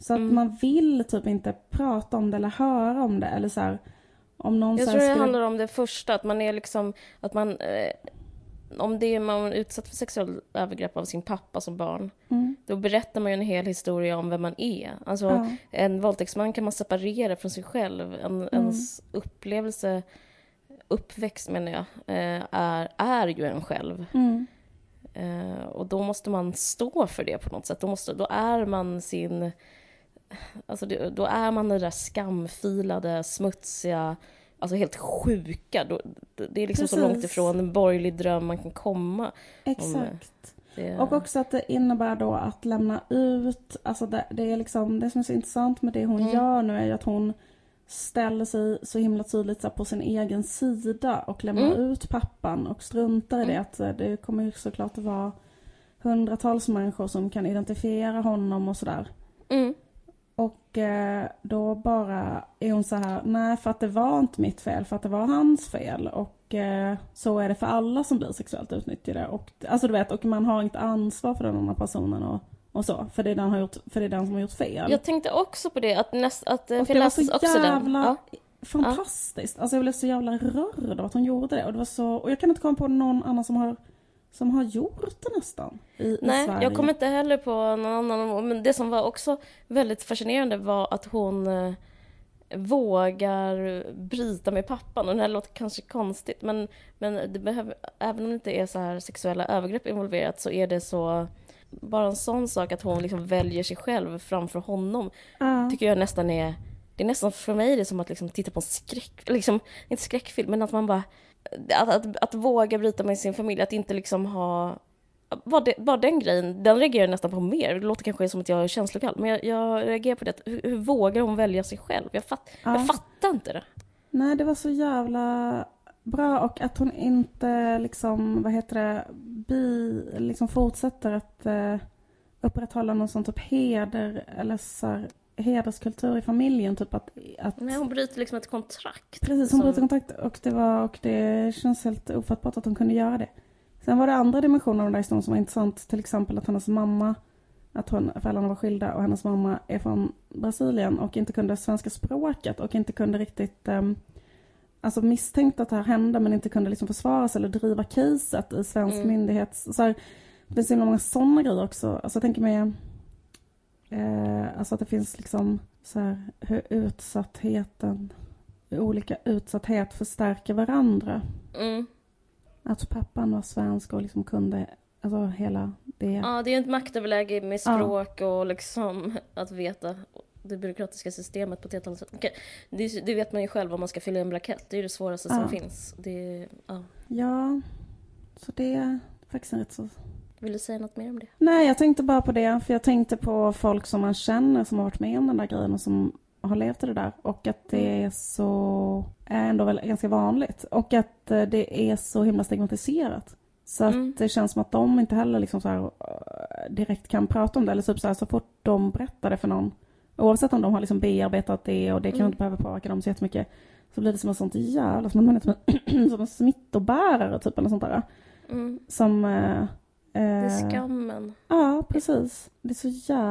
Så att man vill typ inte prata om det eller höra om det. Eller så här, om någon jag så tror här det handlar om det första, att man är liksom, att man, om det är man utsatt för sexuella övergrepp av sin pappa som barn, då berättar man ju en hel historia om vem man är. Alltså en våldtäktsman kan man separera från sig själv. Ens upplevelse, uppväxt menar jag, är ju en själv. Och då måste man stå för det på något sätt. Då är man sin... Alltså då är man det där skamfilade, smutsiga, alltså helt sjuka. Det är liksom så långt ifrån en borgerlig dröm man kan komma. Exakt. Och också att det innebär då att lämna ut, alltså det är liksom, det som är så intressant med det hon gör nu är ju att hon ställer sig så himla tydligt så på sin egen sida och lämnar ut pappan och struntar i det. Att det kommer ju såklart att vara hundratals människor som kan identifiera honom och sådär. Och då bara är hon så här, nej, för att det var inte mitt fel, för att det var hans fel. Och så är det för alla som blir sexuellt utnyttjade. Och, alltså du vet, och man har inte ansvar för den andra personen och så. För det är den som har gjort fel. Jag tänkte också på det, att och det var så jävla fantastiskt. Alltså jag blev så jävla rörd av att hon gjorde det. Och det var så, och jag kan inte komma på någon annan som har gjort det nästan i Sverige. Jag kommer inte heller på någon annan. Men det som var också väldigt fascinerande var att hon vågar bryta med pappan. Och det här låter kanske konstigt, men det behöver, även om det inte är så här sexuella övergrepp involverat, så är det så bara en sån sak att hon liksom väljer sig själv framför honom. Tycker jag nästan är, det är nästan för mig det är som att liksom titta på en liksom, inte skräckfilm, men att man bara att våga bryta med sin familj, att inte liksom ha bara den grejen, den reagerar jag nästan på mer. Det låter kanske som att jag är känslokall, men jag reagerar på det. Hur vågar hon välja sig själv? Jag fattar inte det. Nej, det var så jävla bra, och att hon inte liksom, liksom fortsätter att upprätthålla någon sån typ eller så här, hederskultur i familjen, typ att nej, hon bryter liksom ett kontrakt. Precis, hon bryter kontrakt, och det känns helt ofattbart att hon kunde göra det. Sen var det andra dimensioner av den där historien som var intressant, till exempel att hennes mamma, föräldrarna var skilda och hennes mamma är från Brasilien och inte kunde svenska språket och inte kunde riktigt alltså misstänkte att det här hände, men inte kunde liksom försvara sig eller driva caset i svensk myndighets, så här, det finns så många sådana grejer också. Alltså jag tänker mig alltså att det finns liksom så här, hur olika utsatthet förstärker varandra. Att pappan var svensk och liksom kunde, alltså hela det. Ja, det är ju ett maktöverläge med språk och liksom att veta det byråkratiska systemet på ett helt annat sätt. Okej. Det vet man ju själv om man ska fylla en blankett. Det är ju det svåraste som finns. Ja, så det är faktiskt rätt så. Vill du säga något mer om det? Nej, jag tänkte bara på det. För jag tänkte på folk som man känner som har varit med om den där grejen och som har levt i det där. Och att det är ändå väl ganska vanligt. Och att det är så himla stigmatiserat. Så att det känns som att de inte heller liksom så här, direkt kan prata om det. Eller typ så här, så fort de berättar det för någon, oavsett om de har liksom bearbetat det och det kan inte behöva påverka dem så jättemycket, så blir det som en sånt jävla, som en smittobärare typ, eller sånt där. Som det är skammen. Ja, precis. Det är så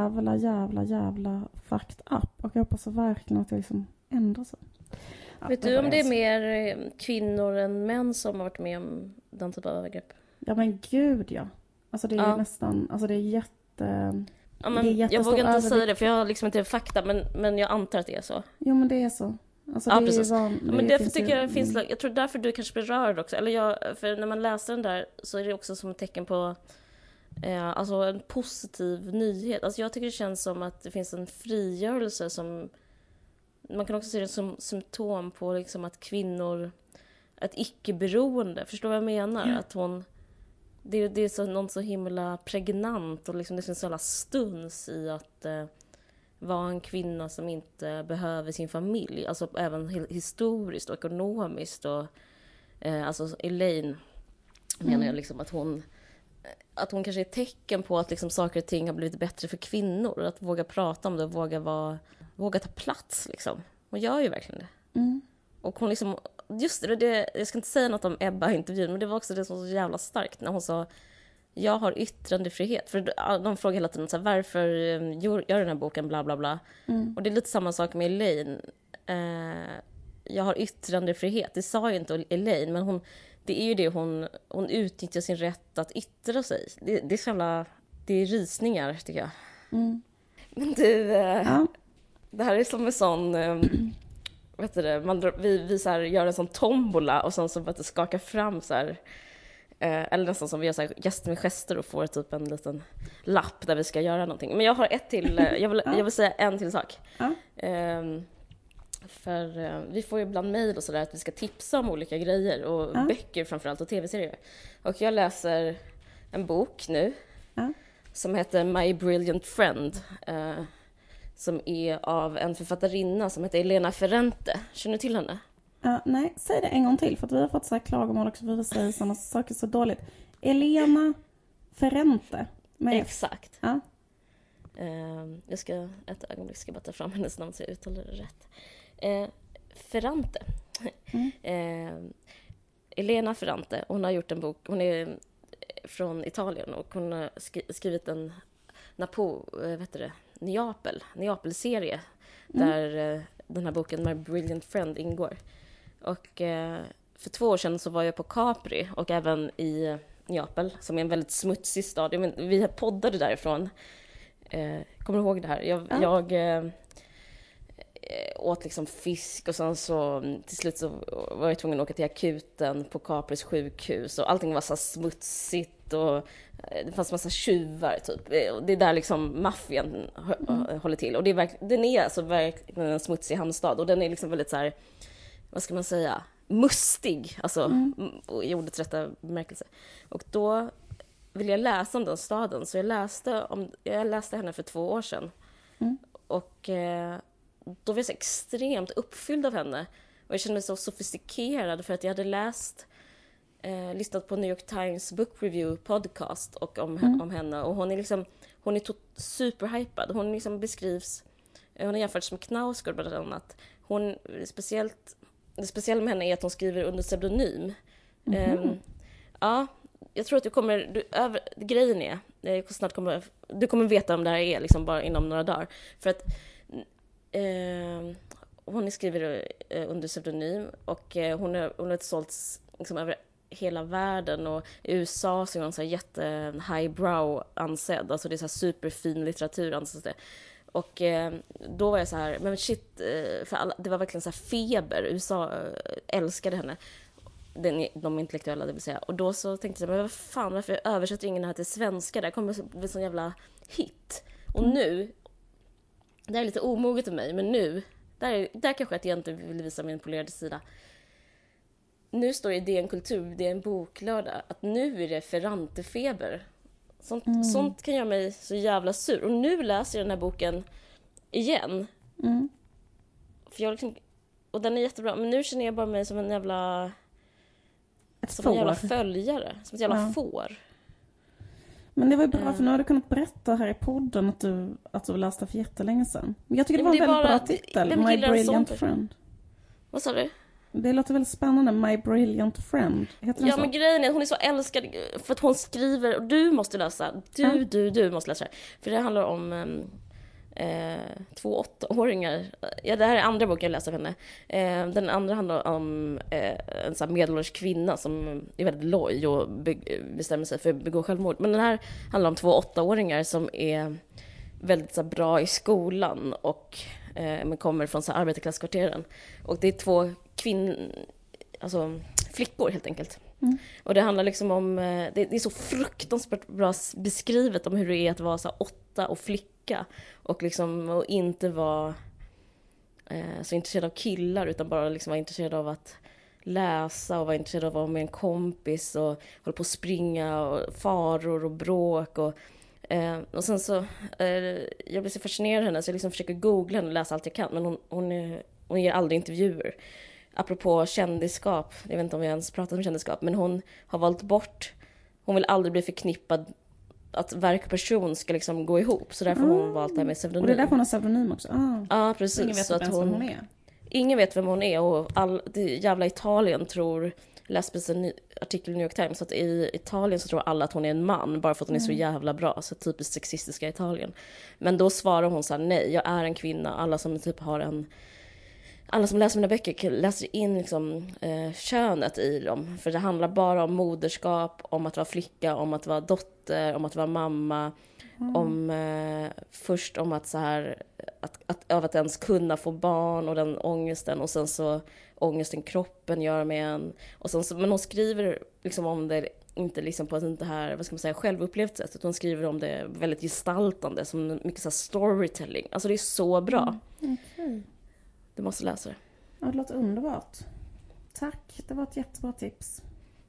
jävla fucked up. Och jag hoppas verkligen att jag liksom ändrar sig. Ja, vet du om det är mer kvinnor än män som har varit med om den typen av övergrepp? Ja, men gud, ja. Alltså det är nästan, alltså det är jätte... Ja, men jag vågar inte säga det för jag har liksom inte fakta, men jag antar att det är så. Jo, men det är så. Alltså ja, det precis. Men därför tycker jag finns, jag tror därför du kanske blir rörd också. Eller för när man läser den där så är det också som ett tecken på alltså en positiv nyhet. Alltså jag tycker det känns som att det finns en frigörelse som man kan också se det som symptom på liksom att kvinnor, ett icke-beroende, förstår vad jag menar? Ja. Att hon, det är så, någon så himla pregnant och liksom det finns så jävla stuns i att vara en kvinna som inte behöver sin familj, alltså även historiskt och ekonomiskt och alltså Elaine menar jag liksom att hon kanske är ett tecken på att liksom saker och ting har blivit bättre för kvinnor, och att våga prata om det och våga ta plats liksom. Hon gör ju verkligen det. Och hon liksom, just det, jag ska inte säga något om Ebba i intervjun, men det var också det som var så jävla starkt när hon sa jag har yttrandefrihet. För de frågar hela tiden så här, varför gör den här boken bla bla bla. Och det är lite samma sak med Elaine. Jag har yttrandefrihet. Det sa ju inte Elaine, men det är ju det hon utnyttjar sin rätt att yttra sig. Det är så jävla, det är rysningar tycker jag. Men du, det här är som en sån, vet du det, vi så här gör en sån tombola och sen så bara skakar fram så här, eller nästan som vi gör så här gäster med gester och får typ en liten lapp där vi ska göra någonting. Men jag har ett till, jag vill säga en till sak. För vi får ju ibland mejl och sådär att vi ska tipsa om olika grejer och böcker framförallt och tv-serier. Och jag läser en bok nu som heter My Brilliant Friend, som är av en författarinna som heter Elena Ferrante. Känner du till henne? Nej, säg det en gång till för att vi har fått så här klagomål också för att vi säger sådana saker så dåligt. Elena Ferrante. Exakt. Jag ska ett ögonblick ska bara ta fram hennes namn så jag uttalar det rätt. Ferrante. Elena Ferrante. Hon har gjort en bok. Hon är från Italien och hon har skrivit en Neapel-serie där den här boken My Brilliant Friend ingår. Och för 2 år sedan så var jag på Capri och även i Neapel som är en väldigt smutsig stad. Vi poddade därifrån. Kommer du ihåg det här? Jag åt liksom fisk och sen så till slut så var jag tvungen att åka till akuten på Capris sjukhus och allting var så smutsigt och det fanns massa tjuvar typ. Det är där liksom maffian håller till och den är alltså verkligen en smutsig hamnstad och den är liksom väldigt så här, vad ska man säga, mustig, alltså i ordets rätta bemärkelse. Och då ville jag läsa om den staden så jag läste henne för 2 år sedan. Och då var jag så extremt uppfylld av henne. Och jag kände mig så sofistikerad för att jag hade lyssnat på New York Times Book Review podcast och om henne. Och hon är superhypad. Hon liksom beskrivs, hon har jämförts med Knausgård bland annat. Det speciella med henne är att hon skriver under pseudonym. Jag tror att grejen är, du kommer veta om det här är liksom bara inom några dagar. För att hon skriver under pseudonym och hon har sålts liksom över hela världen och i USA så är hon så här jätte highbrow ansedd, alltså det är så här superfin litteratur ansedd det. Och då var jag så här, men shit, för alla, det var verkligen så här feber, USA älskade henne. De intellektuella, det vill säga. Och då så tänkte jag, men vad fan, varför översätter ingen det här till svenska? Det kommer bli sån jävla hit. Och nu, det är lite omoget av mig, men nu, där kanske att jag inte vill visa min polerade sida. Nu står i DN Kultur, det är en boklördag, att nu är det Ferrante-feber. Sånt kan göra mig så jävla sur. Och nu läser jag den här boken igen. För jag liksom, och den är jättebra, men nu känner jag bara mig som en jävla... en jävla följare, som ett jävla får. Men det var ju bra, för nu har du kunnat berätta här i podden att du läste för jättelänge sedan. Men jag tycker det var en väldigt bra titel, My Brilliant Friend. Vad sa du? Det låter väldigt spännande, My Brilliant Friend. Heter den så? Men grejen är, hon är så älskad för att hon skriver, och du måste läsa, du måste läsa det. För det handlar om 2 8-åringar. Ja, det här är andra boken jag läser av henne. Den andra handlar om en sån här medelålders kvinna som är väldigt loj och bestämmer sig för att begå självmord. Men den här handlar om 2 8-åringar som är väldigt så här, bra i skolan och men kommer från så här, arbetarklasskvarteren. Och det är 2 alltså flickor helt enkelt. Och det handlar liksom om, det är så fruktansvärt bra beskrivet om hur det är att vara så här, 8 och flicka och liksom och inte vara så intresserad av killar utan bara liksom vara intresserad av att läsa och vara intresserad av att vara med en kompis och hålla på att springa och faror och bråk och sen så jag blir så fascinerad av henne så jag liksom försöker googla henne och läsa allt jag kan, men hon ger aldrig intervjuer. Apropå kändisskap, jag vet inte om vi ens pratat om kändisskap, men hon har valt bort, hon vill aldrig bli förknippad att verk och person ska liksom gå ihop, så därför har hon valt det här med pseudonym. Och det är därför hon har pseudonym också? Ja, precis. Ingen vet så att vem hon är? Ingen vet vem hon är och det jävla Italien tror läste precis en artikel i New York Times att i Italien så tror alla att hon är en man bara för att hon är så jävla bra, så typiskt sexistiska Italien. Men då svarar hon så här: nej, jag är en kvinna. Alla som läser mina böcker läser in liksom, könet i dem. För det handlar bara om moderskap, om att vara flicka, om att vara dotter, om att vara mamma. Först om att så här att ens kunna få barn och den ångesten, och sen så ångesten kroppen gör med en, och sen så, men hon skriver liksom om det inte liksom på ett här, vad ska man säga, självupplevt sätt, utan hon skriver om det väldigt gestaltande, som mycket så här storytelling. Alltså det är så bra. Okay. Du måste läsa det. Ja, det låter underbart. Tack, det var ett jättebra tips.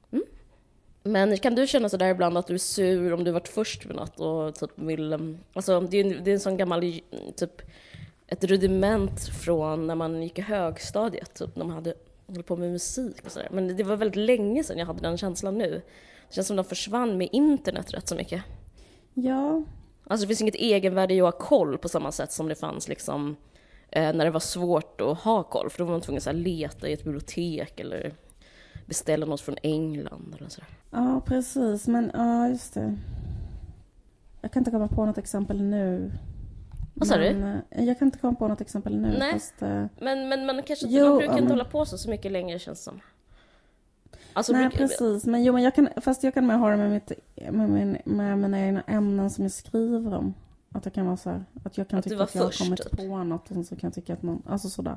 Men kan du känna så där ibland att du är sur om du varit först med något och typ vill... Alltså det är en sån gammal typ ett rudiment från när man gick i högstadiet, typ när man höll på med musik och sådär. Men det var väldigt länge sedan jag hade den känslan nu. Det känns som de försvann med internet rätt så mycket. Ja. Alltså det finns inget egenvärde i att ha koll på samma sätt som det fanns liksom när det var svårt att ha koll. För då var man tvungen att leta i ett bibliotek eller beställa något från England eller sådär. Ja, precis. Men ja, just det. Jag kan inte komma på något exempel nu. Vad sa du? Jag kan inte komma på något exempel nu. Nej, fast, men kanske inte, de brukar inte hålla på så mycket längre, känns som. Alltså, nej, precis. Men jag kan med ha det med mina egna ämnen som jag skriver om. Att jag kan vara så här, att jag kan tycka att jag har kommit på något, och så kan jag tycka att någon, alltså sådär.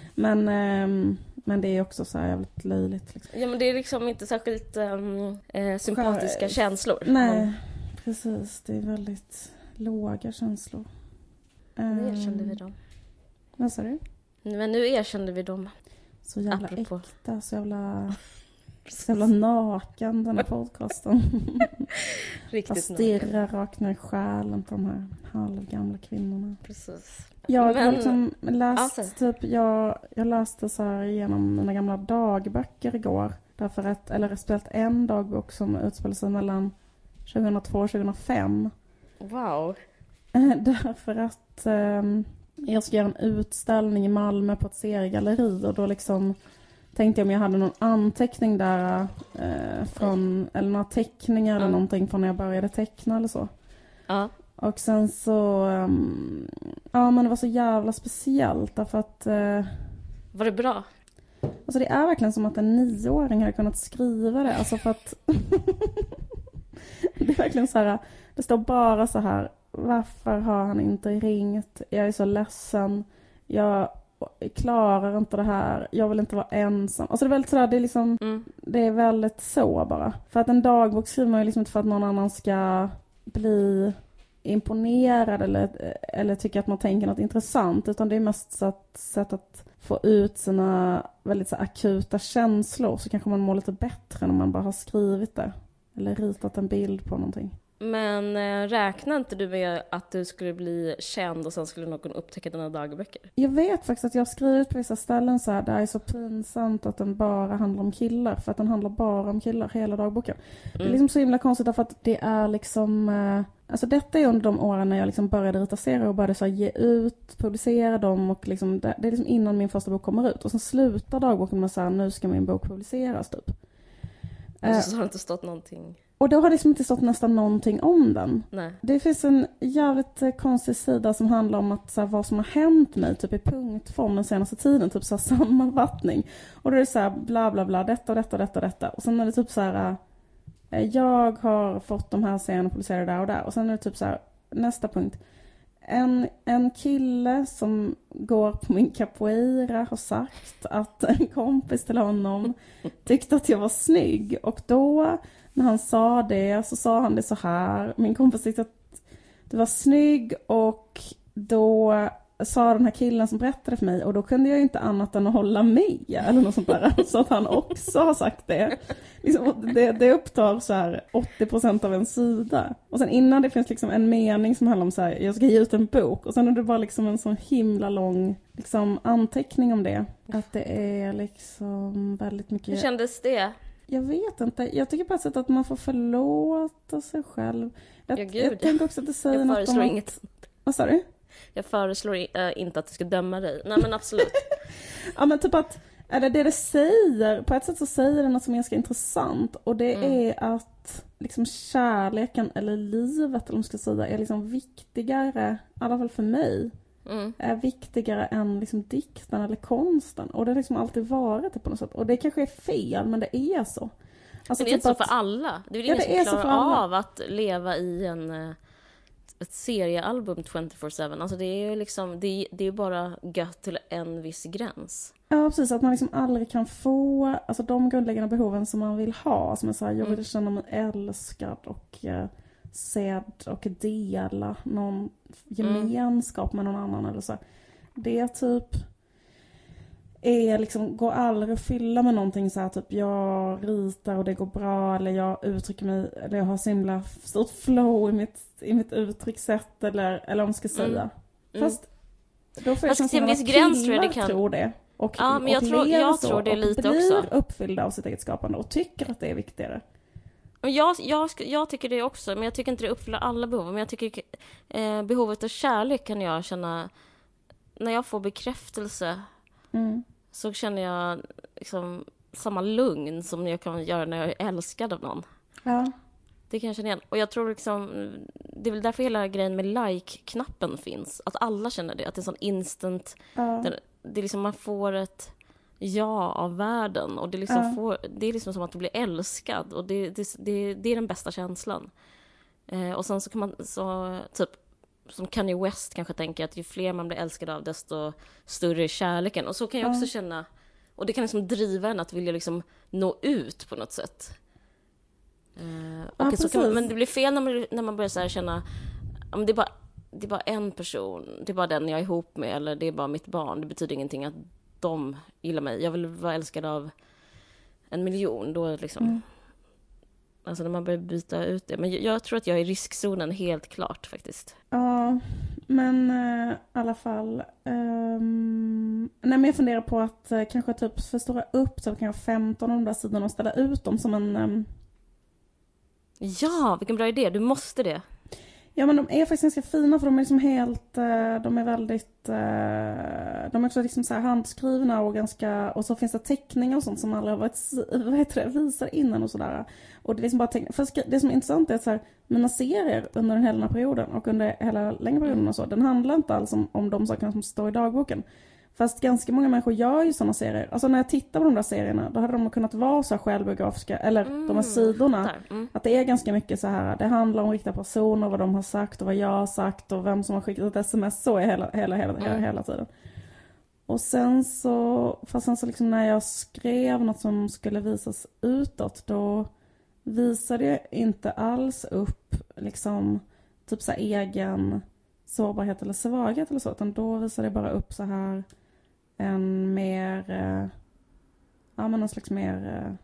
Men det är också så här jävligt löjligt liksom. Ja, men det är liksom inte särskilt sympatiska känslor. Nej, precis. Det är väldigt låga känslor. Nu erkände vi dem. Vad sa du? Men nu erkände vi dem. Så jävla äkta, så jävla naken, den här podcasten. Riktigt jag stirrar rakt ner i själen på de här halvgamla kvinnorna. Precis. Jag har liksom läst, jag läste så här igenom mina gamla dagböcker igår. Därför att, eller spelat en dagbok som utspelar sig mellan 2002 och 2005. Wow. Därför att jag ska göra en utställning i Malmö på ett seriegalleri, och då liksom tänkte jag om jag hade någon anteckning där från, eller några teckningar eller någonting från när jag började teckna eller så. Ja. Och sen så men det var så jävla speciellt därför att var det bra? Alltså det är verkligen som att en 9-åring hade kunnat skriva det, alltså för att det är verkligen så här, det står bara så här: varför har han inte ringt? Jag är så ledsen. Jag klarar inte det här. Jag vill inte vara ensam. Alltså det är väldigt sådär, det är liksom det är väldigt så bara. För att en dagbok skriver man ju liksom inte för att någon annan ska bli imponerad eller tycka att man tänker något intressant, utan det är mest så ett sätt att få ut sina väldigt så akuta känslor, så kanske man mår lite bättre när man bara har skrivit det eller ritat en bild på någonting. Men räknar inte du med att du skulle bli känd och sen skulle någon upptäcka dina dagböcker? Jag vet faktiskt att jag har skrivit på vissa ställen så här: det är så pinsamt att den bara handlar om killar, för att den handlar bara om killar hela dagboken. Det är liksom så himla konstigt därför att det är liksom alltså detta är under de åren när jag liksom började rita serier och började så här ge ut, publicera dem, och liksom det är liksom innan min första bok kommer ut, och sen slutar dagboken med så här: nu ska min bok publiceras typ. Och så har det inte stått någonting. Och då har det liksom inte stått nästan någonting om den. Nej. Det finns en jävligt konstig sida som handlar om att, så här, vad som har hänt mig typ i punktform den senaste tiden. Typ så här, sammanfattning. Och då är det så här bla bla bla, detta och detta och detta och detta. Och sen är det typ så här: jag har fått de här scenerna publicerade där och där. Och sen är det typ så här, nästa punkt: en kille som går på min capoeira har sagt att en kompis till honom tyckte att jag var snygg. Och då, när han sa det, så sa han det så här: min kompis tyckte att du var snygg, och då sa den här killen som berättade för mig, och då kunde jag ju inte annat än att hålla med eller något sånt där. Så att han också har sagt det. Liksom, det upptar så här 80% av en sida. Och sen innan det finns liksom en mening som handlar om så här: jag ska ge ut en bok. Och sen är det bara liksom en sån himla lång liksom anteckning om det. Att det är liksom väldigt mycket. Hur kändes det? Jag vet inte. Jag tycker på ett sätt att man får förlåta sig själv. Jag tänker också att det säger något om... Jag föreslår inget. Vad sa du? Jag föreslår inte att du ska döma dig. Nej, men absolut. Ja, men typ att Eller det säger, på ett sätt så säger det något som är ganska intressant. Och det är att liksom kärleken eller livet, eller man ska säga, är liksom viktigare, i alla fall för mig, är viktigare än liksom dikten eller konsten. Och det har liksom alltid varit det på något sätt. Och det kanske är fel, men det är så. Alltså, men det är inte så för alla. Det är ju ingen som klarar av att leva i ett seriealbum 24/7. Alltså det är ju liksom, det är bara gött till en viss gräns. Ja, precis. Att man liksom aldrig kan få alltså de grundläggande behoven som man vill ha. Som är så här, jag vill känna mig älskad och sedd och dela någon gemenskap med någon annan eller så. Det typ är liksom, går aldrig att fylla med någonting så här typ jag ritar och det går bra, eller jag uttrycker mig, eller jag har så himla stort flow i mitt uttryckssätt eller om man ska säga. Fast då får jag till en viss gräns tror jag det kan. Tror det. Och, ja, men jag tror det är lite också. Blir uppfyllda av sitt eget skapande och tycker att det är viktigare. Jag tycker det också, men jag tycker inte det uppfyller alla behov. Men jag tycker behovet av kärlek kan jag känna när jag får bekräftelse. Så känner jag liksom samma lugn som jag kan göra när jag är älskad av någon. Ja. Det kan jag känna igen. Och jag tror liksom, det är väl därför hela grejen med like-knappen finns. Att alla känner det, att det är en sån instant, det är liksom man får ett ja av världen. Och det är liksom, det är liksom som att du blir älskad. Och det är den bästa känslan. Och sen så kan man, så typ, som Kanye West kanske tänker att ju fler man blir älskad av desto större är kärleken. Och så kan jag också känna, och det kan liksom driva en att vilja liksom nå ut på något sätt. Och så kan man, men det blir fel när man börjar så här känna det är bara en person, det är bara den jag är ihop med, eller det är bara mitt barn, det betyder ingenting att de gillar mig, jag vill vara älskad av 1 miljon, då liksom alltså när man börjar byta ut det. Men jag tror att jag är i riskzonen helt klart faktiskt. Ja, men i alla fall nej, men jag funderar på att kanske typ förstora upp så kanske 15 av de där sidorna och ställa ut dem som en Ja, vilken bra idé, du måste det. Ja, men de är faktiskt ganska fina, för de är liksom helt, de är väldigt, de är också liksom så här handskrivna och ganska, och så finns det teckningar och sånt som aldrig har varit, visar innan och sådär. Och det är liksom bara teckningar. För det som är intressant är att så här, mina serier under hela den här perioden och under hela längre perioden och så, den handlar inte alls om de sakerna som står i dagboken. Fast ganska många människor gör ju sådana serier. Alltså när jag tittar på de där serierna, då hade de kunnat vara så här självbiografiska, eller de här sidorna. Att det är ganska mycket så här, det handlar om riktiga personer, vad de har sagt och vad jag har sagt och vem som har skickat ett sms, så är hela tiden. Och sen så liksom när jag skrev något som skulle visas utåt, då visade jag inte alls upp liksom typ så här egen sårbarhet eller svaghet eller så, utan då visade jag bara upp så här en mer någon slags mer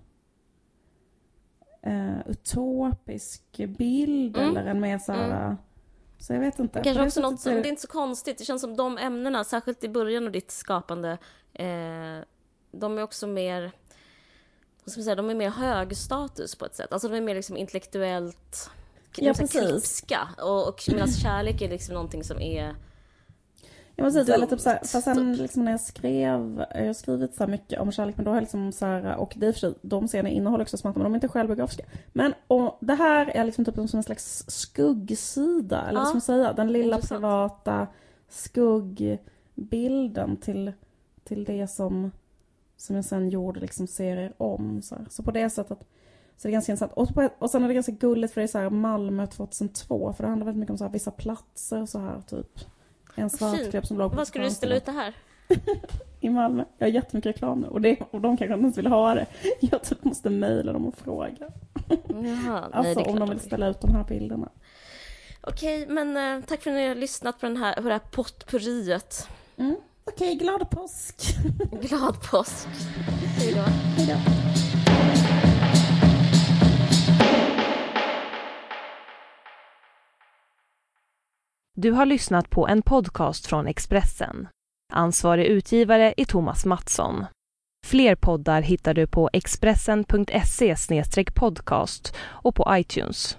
utopisk bild eller en mer så här så jag vet inte. Kanske också något som, det är inte så konstigt, det känns som de ämnena, särskilt i början av ditt skapande, de är också mer, vad ska man säga, de är mer hög status på ett sätt, alltså de är mer liksom intellektuellt klipska, och medan kärlek är liksom någonting som är precis, eller typ så här, fast sen liksom när jag har skrivit så här mycket om kärlek, men då har jag liksom så här, och det är för sig, de scenerna innehåller också smarta, men de är inte självbiografiska. Men och det här är liksom typ som en slags skuggsida, eller vad ska man säga, den lilla privata skuggbilden till det som jag sen gjorde liksom serier om så här. Så på det sättet så det är ganska intressant. Och sen är det ganska gulligt, för det är så här Malmö 2002, för det handlar väldigt mycket om så här vissa platser och så här typ. En svartkläpp som låg på. Vad skulle du ställa ut det här? I Malmö. Jag har jättemycket reklam nu. Och de kanske inte vill ha det. Jag typ måste mejla dem och fråga. Jaha, alltså om de vill ställa ut de här bilderna. Okej, men tack för att ni har lyssnat på det här potpurriet. Okej, glad påsk. Glad påsk. Hej då. Hej då. Du har lyssnat på en podcast från Expressen. Ansvarig utgivare är Thomas Mattsson. Fler poddar hittar du på expressen.se/podcast och på iTunes.